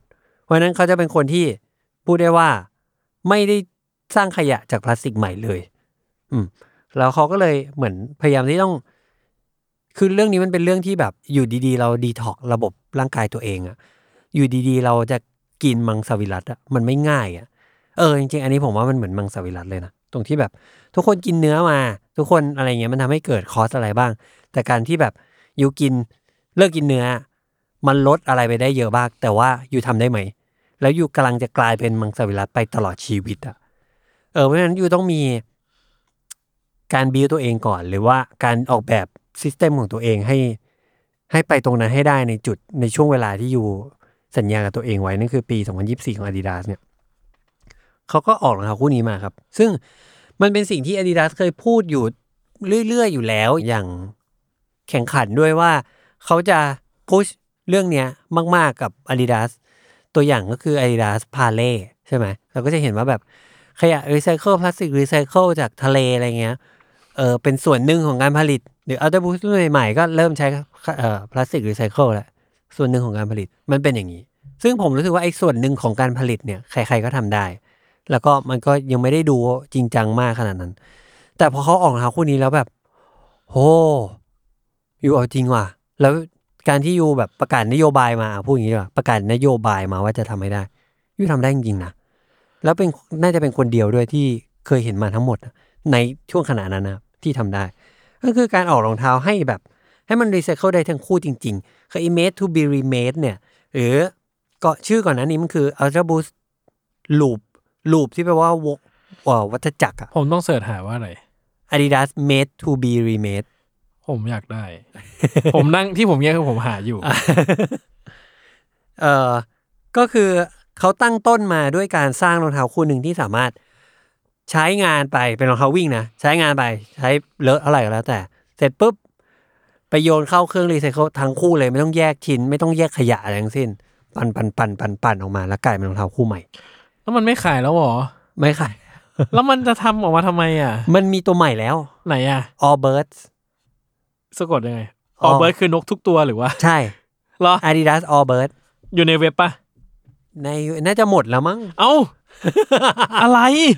เพราะฉะนั้นเขาจะเป็นคนที่พูดได้ว่าไม่ได้สร้างขยะจากพลาสติกใหม่เลยอืมแล้วเขาก็เลยเหมือนพยายามที่ต้องคือเรื่องนี้มันเป็นเรื่องที่แบบอยู่ดีๆเราดีท็อกระบบร่างกายตัวเองอะอยู่ดีๆเราจะกินมังสวิรัติอะมันไม่ง่ายอะเออจริงๆอันนี้ผมว่ามันเหมือนมังสวิรัติเลยนะตรงที่แบบทุกคนกินเนื้อมาทุกคนอะไรเงี้ยมันทำให้เกิดคอสอะไรบ้างแต่การที่แบบอยู่กินเลิกกินเนื้อมันลดอะไรไปได้เยอะบ้างแต่ว่าอยู่ทำได้ไหมแล้วอยู่กำลังจะกลายเป็นมังสวิรัติไปตลอดชีวิตอะเออเพราะฉะนั้นอยู่ต้องมีการบิวตัวเองก่อนหรือว่าการออกแบบซิสเต็มของตัวเองให้ให้ไปตรงนั้นให้ได้ในจุดในช่วงเวลาที่อยู่สัญญากับตัวเองไว้นั่นคือปีสองพันยี่สิบสี่ของ Adidas เนี่ยเขาก็ออกรองเท้าคู่นี้มาครับซึ่งมันเป็นสิ่งที่ Adidas เคยพูดอยู่เรื่อยๆอยู่แล้วอย่างแข่งขันด้วยว่าเขาจะพุชเรื่องเนี้ยมากๆกับ Adidas ตัวอย่างก็คือ Adidas Parley ใช่ไหมเราก็จะเห็นว่าแบบขยะรีไซเคิลพลาสติกรีไซเคิลจากทะเลอะไรเงี้ยเออเป็นส่วนหนึ่งของการผลิตหรือ Ultra Boost รุ่นใหม่ๆก็เริ่มใช้เอ่อพลาสติกรีไซเคิลแล้วส่วนหนึ่งของการผลิตมันเป็นอย่างนี้ซึ่งผมรู้สึกว่าไอ้ส่วนหนึ่งของการผลิตเนี่ยใครๆก็ทำได้แล้วก็มันก็ยังไม่ได้ดูจริงจังมากขนาดนั้นแต่พอเขาออกรองเท้าคู่นี้แล้วแบบโหอยู่เอาจริงว่ะแล้วการที่ยูแบบประกาศนโยบายมาพูดอย่างนี้ว่าประกาศนโยบายมาว่าจะทำให้ได้ยูทำได้จริงๆนะแล้วเป็นน่าจะเป็นคนเดียวด้วยที่เคยเห็นมาทั้งหมดในช่วงขณะนั้นนะที่ทำได้ก็คือการออกรองเท้าให้แบบให้มันรีไซเคิลได้ทั้งคู่จริงๆคือ made to be remade เนี่ยหรือก็ชื่อก่อนหน้านี้มันคือ Ultra Boost Loop Loop ที่แปลว่าวงวัฏจักรอ่ะผมต้องเสิร์ชหาว่าอะไร Adidas made to be remade ผมอยากได้ ผมนั่งที่ผมเนี่ยคือผมหาอยู่เอ่อก็คือเขาตั้งต้นมาด้วยการสร้างรองเท้าคู่หนึ่งที่สามารถใช้งานไปเป็นรองเท้าวิ่งนะใช้งานไปใช้เลอะอะไรก็แล้วแต่เสร็จปุ๊บไปโยนเข้าเครื่องรีไซเคิลทั้งคู่เลยไม่ต้องแยกชิ้นไม่ต้องแยกขยะอะไรทั้งสิ้นปั่นปั่นปั่นปั่นปั่นออกมาแล้วกลายเป็นรองเท้าคู่ใหม่แล้วมันไม่ขายแล้วหรอไม่ขายแล้วมันจะทำออกมาทำไมอ่ะมันมีตัวใหม่แล้วไหนอ่ะ All Birds สะกดยังไง All Birds คือนกทุกตัวหรือว่าใช่เหรอ Adidas All Birds อยู่ในเว็บปะในน่าจะหมดแล้วมั้งเอ้า อะไร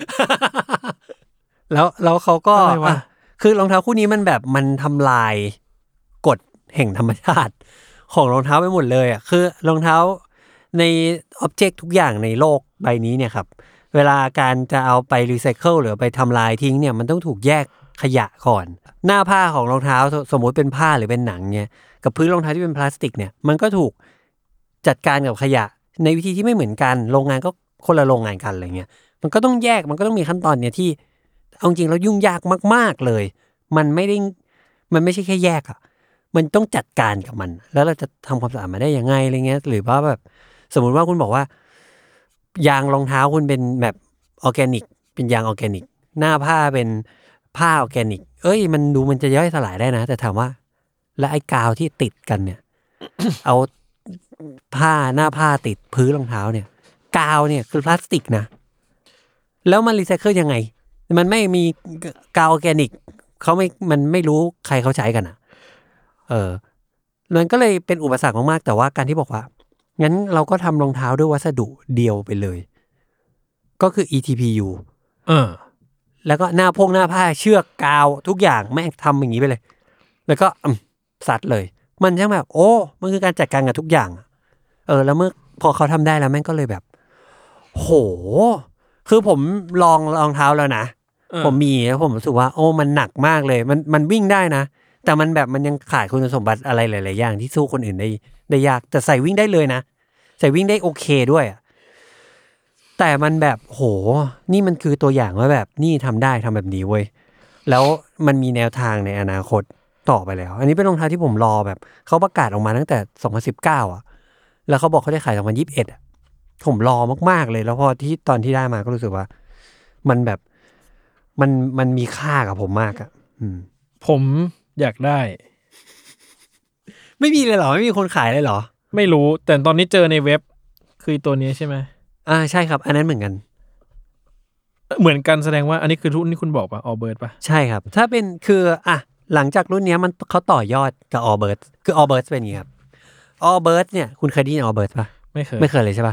แล้วแล้วเขาก็คือรองเท้าคู่นี้มันแบบมันทำลายกฎแห่งธรรมชาติของรองเท้าไปหมดเลยอ่ะคือรองเท้าในอ็อบเจกต์ทุกอย่างในโลกใบนี้เนี่ยครับเวลาการจะเอาไปรีไซเคิลหรือไปทำลายทิ้งเนี่ยมันต้องถูกแยกขยะก่อนหน้าผ้าของรองเท้าสมมุติเป็นผ้าหรือเป็นหนังเนี่ยกับพื้นรองเท้าที่เป็นพลาสติกเนี่ยมันก็ถูกจัดการกับขยะในวิธีที่ไม่เหมือนกันโรงงานก็คนละโรงงานกันอะไรเงี้ยมันก็ต้องแยกมันก็ต้องมีขั้นตอนเนี่ยที่เอาจริงแล้วยุ่งยากมากๆเลยมันไม่ได้มันไม่ใช่แค่แยกอ่ะมันต้องจัดการกับมันแล้วเราจะทำความสะอาดมาได้ยังไงอะไรเงี้ยหรือว่าแบบสมมุติว่าคุณบอกว่ายางรองเท้าคุณเป็นแบบออร์แกนิกเป็นยางออร์แกนิกหน้าผ้าเป็นผ้าออร์แกนิกเอ้ยมันดูมันจะย่อยสลายได้นะแต่ถามว่าแล้วไอ้กาวที่ติดกันเนี่ย เอาผ้าหน้าผ้าติดพื้นรองเท้าเนี่ยกาวเนี่ยคือพลาสติกนะแล้วมันรีไซเคิลยังไงมันไม่มีกาวออร์แกนิกเขาไม่มันไม่รู้ใครเขาใช้กันอ่ะเออมันก็เลยเป็นอุปสรรคมากๆแต่ว่าการที่บอกว่างั้นเราก็ทำรองเท้าด้วยวัสดุเดียวไปเลยก็คือ อี ที พี ยูเออแล้วก็หน้าพงหน้าผ้าเชือกกาวทุกอย่างแม่งทำอย่างนี้ไปเลยแล้วก็ซัดเลยมันช่างแบบโอ้มันคือการจัดการกับทุกอย่างเออแล้วเมื่อพอเขาทำได้แล้วแม่งก็เลยแบบโหคือผมลองรองเท้าแล้วนะผมมีแล้วผมรู้สึกว่าโอ้มันหนักมากเลยมันมันวิ่งได้นะแต่มันแบบมันยังขาดคุณสมบัติอะไรหลายๆอย่างที่สู้คนอื่นได้ได้ยากแต่ใส่วิ่งได้เลยนะใส่วิ่งได้โอเคด้วยอ่ะแต่มันแบบโหนี่มันคือตัวอย่างว่าแบบนี่ทำได้ทำแบบนี้เว้ยแล้วมันมีแนวทางในอนาคตต่อไปแล้วอันนี้เป็นรองเท้าที่ผมรอแบบเขาประกาศออกมาตั้งแต่สองพันสิบเก้าอ่ะแล้วเขาบอกเขาได้ขายสองพันยี่สิบเอ็ดอ่ะผมรอมากๆเลยแล้วพอที่ตอนที่ได้มาก็รู้สึกว่ามันแบบมันมันมีค่ากับผมมากอ่ะอืมผมอยากได้ไม่มีเลยเหรอไม่มีคนขายเลยเหรอไม่รู้แต่ตอนนี้เจอในเว็บคือตัวนี้ใช่ไหมอ่าใช่ครับอันนั้นเหมือนกันเหมือนกันแสดงว่าอันนี้คือรุ่นที่คุณบอกป่ะ All Birds ป่ะใช่ครับถ้าเป็นคืออ่ะหลังจากรุ่นนี้มันเขาต่อยอดกับ All Birds คือ All Birds เป็นอย่างนี้ครับ All Birds เนี่ยคุณเคยได้ยิน All Birds ป่ะไม่เคยไม่เคยเลยใช่ป่ะ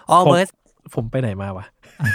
Allbirds ผมไปไหนมาวะ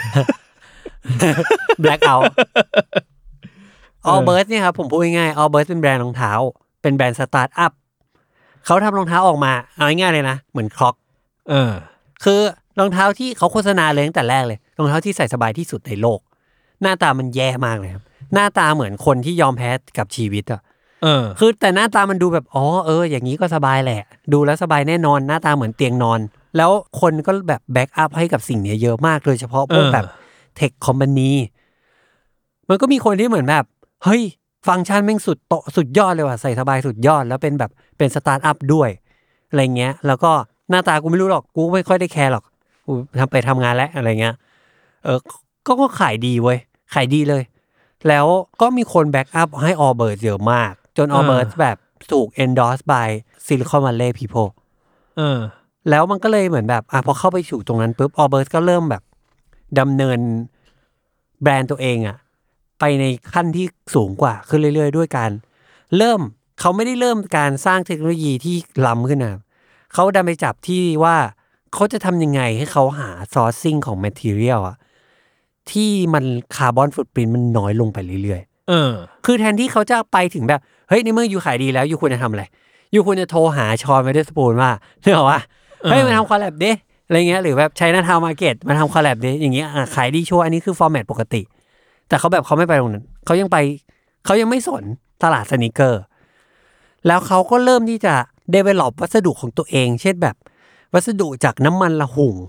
Black out Allbirds เนี่ยครับผมพูดง่ายๆ Allbirds เป็นแบรนด์รองเท้าเป็นแบรนด์สตาร์ทอัพเขาทำรองเท้าออกมาเอาง่ายๆเลยนะเหมือนคล็อกเออคือรองเท้าที่เขาโฆษณาเลยตั้งแต่แรกเลยรองเท้าที่ใส่สบายที่สุดในโลกหน้าตามันแย่มากเลยครับหน้าตาเหมือนคนที่ยอมแพ้กับชีวิตอ่ะเออคือแต่หน้าตามันดูแบบอ๋อเอออย่างนี้ก็สบายแหละดูแล้วสบายแน่นอนหน้าตาเหมือนเตียงนอนแล้วคนก็แบบแบ็กอัพให้กับสิ่งนี้เยอะมากโดยเฉพาะพวกแบบเทคคอมพานีมันก็มีคนที่เหมือนแบบเฮ้ยฟังก์ชันแม่งสุดโตสุดยอดเลยว่ะใส่สบายสุดยอดแล้วเป็นแบบเป็นสตาร์ทอัพด้วยอะไรเงี้ยแล้วก็หน้าตากูไม่รู้หรอกกูไม่ค่อยได้แคร์หรอกกูทำไปทำงานแล้วอะไรเงี้ยเออก็ก็ขายดีเว้ยขายดีเลยแล้วก็มีคนแบ็กอัพให้ Allbirds เยอะมากจน Allbirds แบบถูก endorse by Silicon Valley people เออแล้วมันก็เลยเหมือนแบบอ่ะพอเข้าไปสู่ตรงนั้นปุ๊บ Allbirds ก็เริ่มแบบดำเนินแบรนด์ตัวเองอ่ะไปในขั้นที่สูงกว่าขึ้นเรื่อยๆด้วยการเริ่มเขาไม่ได้เริ่มการสร้างเทคโนโลยีที่ล้ำขึ้นนะเขาดันไปจับที่ว่าเขาจะทำยังไงให้เขาหา sourcing ของ material อ่ะที่มันคาร์บอนฟุตพริ้นท์มันน้อยลงไปเรื่อยๆเออคือแทนที่เขาจะไปถึงแบบเฮ้ยในเมื่ออยู่ขายดีแล้วอยู่ควรจะทำอะไรอยู่ควรจะโทรหาชอนวิลเลอร์สปูนว่าเนื่อว่าเฮ้ยมาทำคอลแลบดิอะไรเงี้ยหรือแบบไชน่าทาวน์มาร์เก็ตมาทำคอลแลบดิอย่างเงี้ยขายดีชัวร์อันนี้คือฟอร์แมตปกติแต่เขาแบบเขาไม่ไปตรงนั้นเขายังไปเขายังไม่สนตลาดสนีกเกอร์แล้วเขาก็เริ่มที่จะ develop วัสดุของตัวเองเช่นแบบวัสดุจากน้ำมันละหุ่ง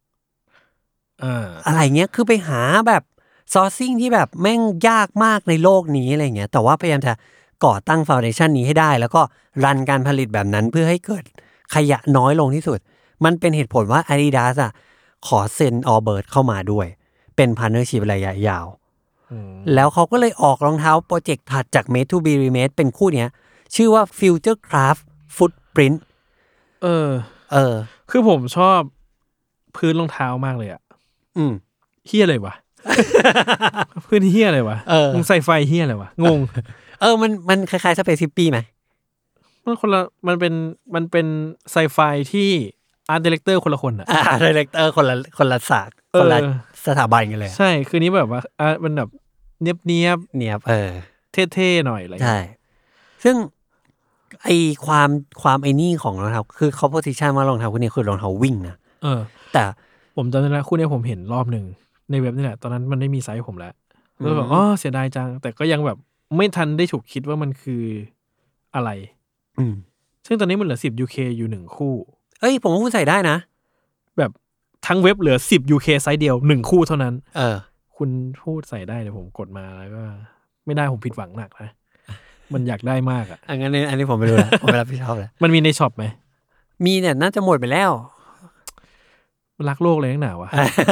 อะไรเงี้ยคือไปหาแบบซอร์ซิ่งที่แบบแม่งยากมากในโลกนี้อะไรเงี้ยแต่ว่าพยายามจะก่อตั้งฟาวเดชั่นนี้ให้ได้แล้วก็รันการผลิตแบบนั้นเพื่อให้เกิดขยะน้อยลงที่สุดมันเป็นเหตุผลว่า Adidas อ่ะขอเซ็น Allbirds เข้ามาด้วยเป็นพาร์ทเนอร์ชิพระยะยาวแล้วเขาก็เลยออกรองเท้าโปรเจกต์ถัดจาก Made to be Remade เป็นคู่เนี้ยชื่อว่า Future Craft Footprint เออเออคือผมชอบพื้นรองเท้ามากเลยอ่ะอืมเหี้ยอะไรวะ พื้นเหี้ยอะไรวะมึงใส่ไฟเหี้ยอะไรวะงงเออมันมันคล้ายๆ Space Hippie มั้ยมันคนละมันเป็นมันเป็นไซไฟที่อาร์ตดีเรคเตอร์คนละคนอ่ะอาร์ตดีเรคเตอร์คนละคนละศาสตร์คนละสถาบันกันเลยใช่คือนี้แบบว่าอ่ะมันแบบเนียบเนียบเนียบเออเท่ๆหน่อยอะไรใช่ซึ่งไอความความไอ้นี่ของรองเท้าคือเขาโพสิชันว่ารองเท้าคู่นี้คือรองเท้าวิ่งนะเออแต่ผมจำได้แล้วคู่นี้ผมเห็นรอบนึงในเว็บนี่แหละตอนนั้นมันไม่มีไซส์ผมแล้วแล้วแบบอ๋อเสียดายจังแต่ก็ยังแบบไม่ทันได้ฉุกคิดว่ามันคืออะไรอืมซึ่งตอนนี้มันเหลือสิบ ยู เค อยู่หนึ่งคู่เอ้ยผมว่าคุณใส่ได้นะแบบทั้งเว็บเหลือสิบ ยู เค ไซส์เดียวหนึ่งคู่เท่านั้นเออคุณพูดใส่ได้เดี๋ยวผมกดมาแล้วก็ไม่ได้ผมผิดหวังหนักนะมันอยากได้มากอ่ะอันนี้อันนี้ผมไม่รู้ละผมไม่รับผิดชอบแล้วมันมีในช็อปไหมมีเนี่ยน่าจะหมดไปแล้วมันรักโลกเลยนักหนาวะ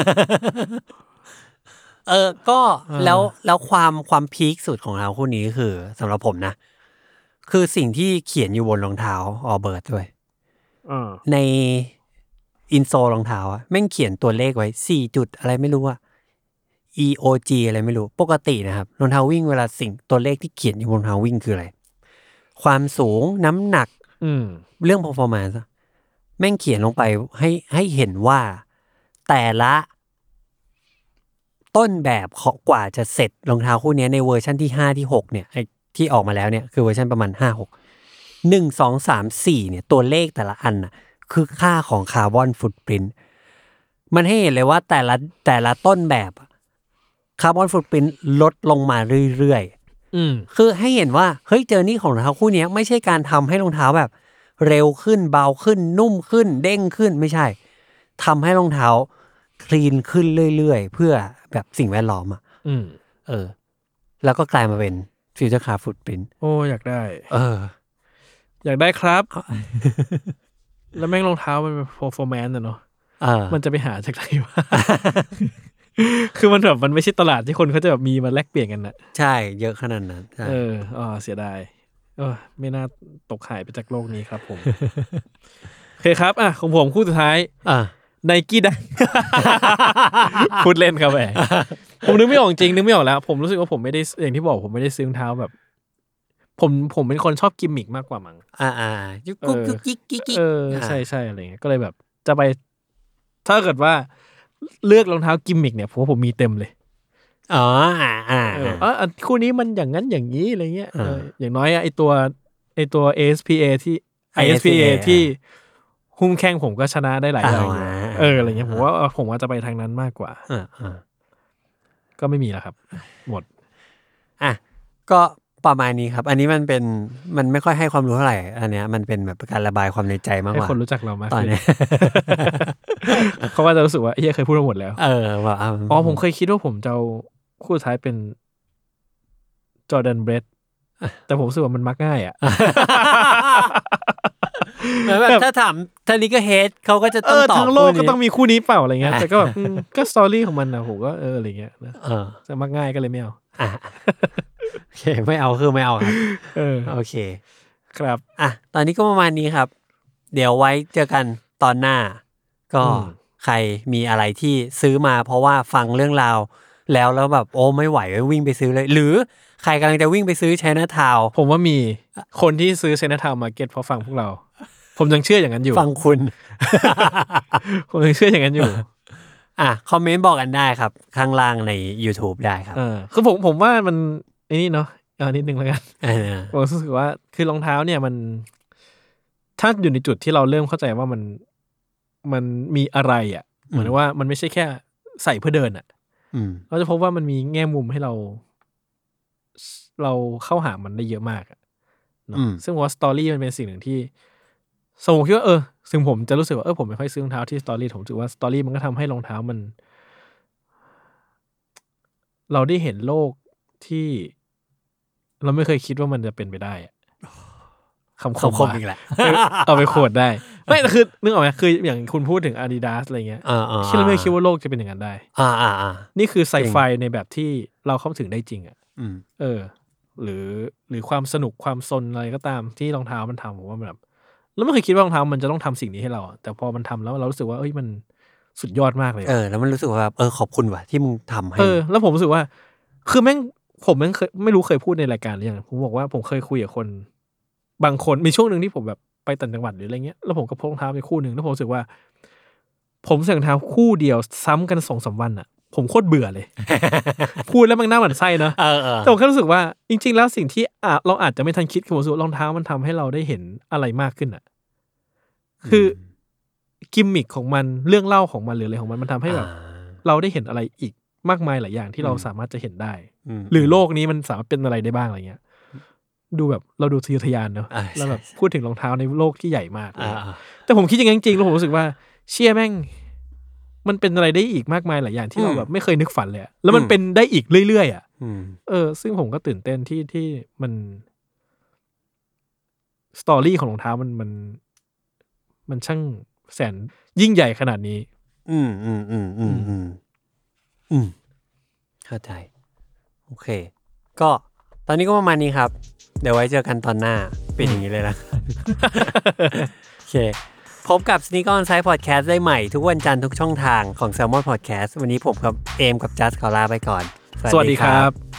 เออก็แล้วแล้วความความพีคสุดของเราคู่นี้คือสำหรับผมนะคือสิ่งที่เขียนอยู่บนรองเท้า Allbirds ด้วยในอินโซลรองเท้าอ่ะแม่งเขียนตัวเลขไว้สี่จุดอะไรไม่รู้อ่ะ อี โอ จี อะไรไม่รู้ปกตินะครับรองเท้าวิ่งเวลาสิ่งตัวเลขที่เขียนอยู่บนรองเท้าวิ่งคืออะไรความสูงน้ำหนักเรื่อง performance แม่งเขียนลงไปให้ให้เห็นว่าแต่ละต้นแบบกว่าจะเสร็จรองเท้าคู่นี้ในเวอร์ชันที่ห้าที่หกเนี่ยไอ้ที่ออกมาแล้วเนี่ยคือเวอร์ชันประมาณห้า หก หนึ่ง สอง สาม สี่เนี่ยตัวเลขแต่ละอันน่ะคือค่าของคาร์บอนฟุตพริ้นท์มันให้เห็นเลยว่าแต่ละแต่ละต้นแบบคาร์บอนฟุตพริ้นท์ลดลงมาเรื่อยๆอืมคือให้เห็นว่าเฮ้ยเจอร์นี่ของรองเท้าคู่นี้ไม่ใช่การทำให้รองเท้าแบบเร็วขึ้นเบาขึ้นนุ่มขึ้นเด้งขึ้นไม่ใช่ทำให้รองเท้าคลีนขึ้นเรื่อยๆเพื่อแบบสิ่งแวดล้อมอ่ะอืมเออแล้วก็กลายมาเป็นฟิวเจอร์คาร์ฟุตพริ้นท์โอ้อยากได้เอออยากได้ครับ แล้วแม่งรองเท้ามันเป็น performance อะเนาะมันจะไปหาจากไหนวะ คือมันแบบมันไม่ใช่ตลาดที่คนเขาจะแบบมีมาแลกเปลี่ยนกันนะใช่เยอะขนาดนั้นเอออ๋อเสียดายเออไม่น่าตกหายไปจากโลกนี้ครับผม โอเคครับอ่ะของผมคู่สุดท้ายอ่ะ Nike ได้ พูดเล่นครับแหม ผมนึกไม่ออกจริงนึกไม่ออกแล้วผมรู้สึกว่าผมไม่ได้อย่างที่บอกผมไม่ได้ซื้อรองเท้าแบบผมผมเป็นคนชอบกิมมิกมากกว่ามั้งอ่าๆยุกกุ๊กกิ๊กกิ๊กเออใช่ๆอะไรเงี้ยก็เลยแบบจะไปถ้าเกิดว่าเลือกรองเท้ากิมมิกเนี่ยผมว่าผมมีเต็มเลยอ๋ออ่าอ่าเอออ่ะคู่นี้มันอย่างนั้นอย่างนี้อะไรเงี้ยเอออย่างน้อยไอตัวไอตัว เอ เอส พี เอ ที่ ไอ เอส พี เอ ที่หุ้มแข้งผมก็ชนะได้หลายอย่างเอออะไรเงี้ยผมว่าผมว่าจะไปทางนั้นมากกว่าอ่าอ่าก็ไม่มีแล้วครับหมดอ่ะก็ประมาณนี้ครับอันนี้มันเป็นมันไม่ค่อยให้ความรู้เท่าไหร่อันเนี้ยมันเป็นแบบการระบายความในใจมากกว่าให้คนรู้จักเรามากตอนนี้เขาก็จะรู้สึกว่าเฮ้ยเคยพูดมาหมดแล้วเออว่าอ๋อผมเคยคิดว่าผมจะคู่ท้ายเป็นจอร์แดนเบรดแต่ผมรู้สึกว่ามันมักง่ายอ่ะแบบถ้าถามท่านี้ก็เฮดเขาก็จะต้องตอบทั้งโลกก็ต้องมีคู่นี้เปล่าอะไรเงี้ยแต่ก็แบบก็สตอรี่ของมันนะผมก็เอออะไรเงี้ยจะมักง่ายก็เลยไม่เอาโอเคไม่เอาคือไม่เอาครับเออโอเคครับอ่ะตอนนี้ก็ประมาณนี้ครับเดี๋ยวไว้เจอกันตอนหน้าก็ใครมีอะไรที่ซื้อมาเพราะว่าฟังเรื่องราวแล้วแล้วแบบโอ้ไม่ไหวก็วิ่งไปซื้อเลยหรือใครกำลังจะวิ่งไปซื้อ Chinatown ผมว่ามีคนที่ซื้อ Chinatown Market เพราะฟังพวกเราผมยังเชื่ออย่างนั้นอยู่ฟังคุณผมยังเชื่ออย่างนั้นอยู่อ่ะคอมเมนต์บอกกันได้ครับข้างล่างใน YouTube ได้ครับเออคือผมผมว่ามันไอ้นี่เนาะเอานิดนึงแล้วกันผมรู้สึกว่าคือรองเท้าเนี่ยมันถ้าอยู่ในจุดที่เราเริ่มเข้าใจว่ามันมันมีอะไรอ่ะเหมือนว่ามันไม่ใช่แค่ใส่เพื่อเดินอ่ะเราจะพบว่ามันมีแง่มุมให้เราเราเข้าหามันได้เยอะมากอ่ะเนาะซึ่งว่าสตอรี่มันเป็นสิ่งหนึ่งที่สมมติว่าเออซึ่งผมจะรู้สึกว่าเออผมไม่ค่อยซื้อรองเท้าที่สตอรี่ผมรู้สึกว่าสตอรี่มันก็ทำให้รองเท้ามันเราได้เห็นโลกที่เราไม่เคยคิดว่ามันจะเป็นไปได้อะคำคมอีกแหละเอาไปโคดได้ไม่แต่คือนึกออกไหมคืออย่างคุณพูดถึง Adidas อะไรเงี้ยที่เราไม่คิดว่าโลกจะเป็นอย่างนั้นได้อ่าอ่านี่คือไซไฟในแบบที่เราเข้าถึงได้จริงอ่ะเออหรือหรือความสนุกความซนอะไรก็ตามที่รองเท้ามันทำผมว่าแบบแล้วไม่เคยคิดว่ารองเท้ามันจะต้องทำสิ่งนี้ให้เราแต่พอมันทำแล้วเรารู้สึกว่าเอ้ยมันสุดยอดมากเลยเออแล้วมันรู้สึกว่าเออขอบคุณว่ะที่มึงทำให้เออแล้วผมรู้สึกว่าคือแม่งผมแม่งเคยไม่รู้เคยพูดในรายการหรือยังผมบอกว่าผมเคยคุยกับคนบางคนมีช่วงนึงที่ผมแบบไปต่างจังหวัดหรืออะไรเงี้ยแล้วผมก็พกรองเท้าไปคู่นึงแล้วผมรู้สึกว่าผมใส่รองเท้าคู่เดียวซ้ำกัน สองสาม วันอ่ะผมโคตรเบื่อเลย พูดแล้วมันน่าหมั่นไส้เนาะแต่ผมแค่รู้สึกว่าจริงๆแล้วสิ่งที่อ่ะเราอาจจะไม่ทันคิดคือผมรู้สึกรองเท้ามันทำให้เราได้เห็นอะไรมากขึ้นอ่ะคือกิมมิคของมันเรื่องเล่าของมันหรืออะไรของมันมันทำให้แบบเราได้เห็นอะไรอีกมากมายหลายอย่างที่เราสามารถจะเห็นได้หรือโลกนี้มันสามารถเป็นอะไรได้บ้างอะไรเงี้ยดูแบบเราดูทะเยอทะยานเนาะแล้วแบบพูดถึงรองเท้าในโลกที่ใหญ่มากแต่ผมคิดอย่างนั้นจริงๆแล้วผมรู้สึกว่าเชี่ยแม่งมันเป็นอะไรได้อีกมากมายหลายอย่างที่เราแบบไม่เคยนึกฝันเลยแล้วมันเป็นได้อีกเรื่อยๆอ่ะเออซึ่งผมก็ตื่นเต้นที่ที่มันสตอรี่ของรองเท้ามันมันมันช่างแสนยิ่งใหญ่ขนาดนี้อืมอืมอืมอืมอืมอืมเข้าใจโอเคก็ตอนนี้ก็ประมาณนี้ครับเดี๋ยวไว้เจอกันตอนหน้าเป็นอย่างนี้เลยนะโอเคพบกับ Sneaker On Site Podcast ได้ใหม่ทุกวันจันทร์ทุกช่องทางของ Salmon Podcast วันนี้ผมกับเอมกับจัสขอลาไปก่อนสวัสดีครับ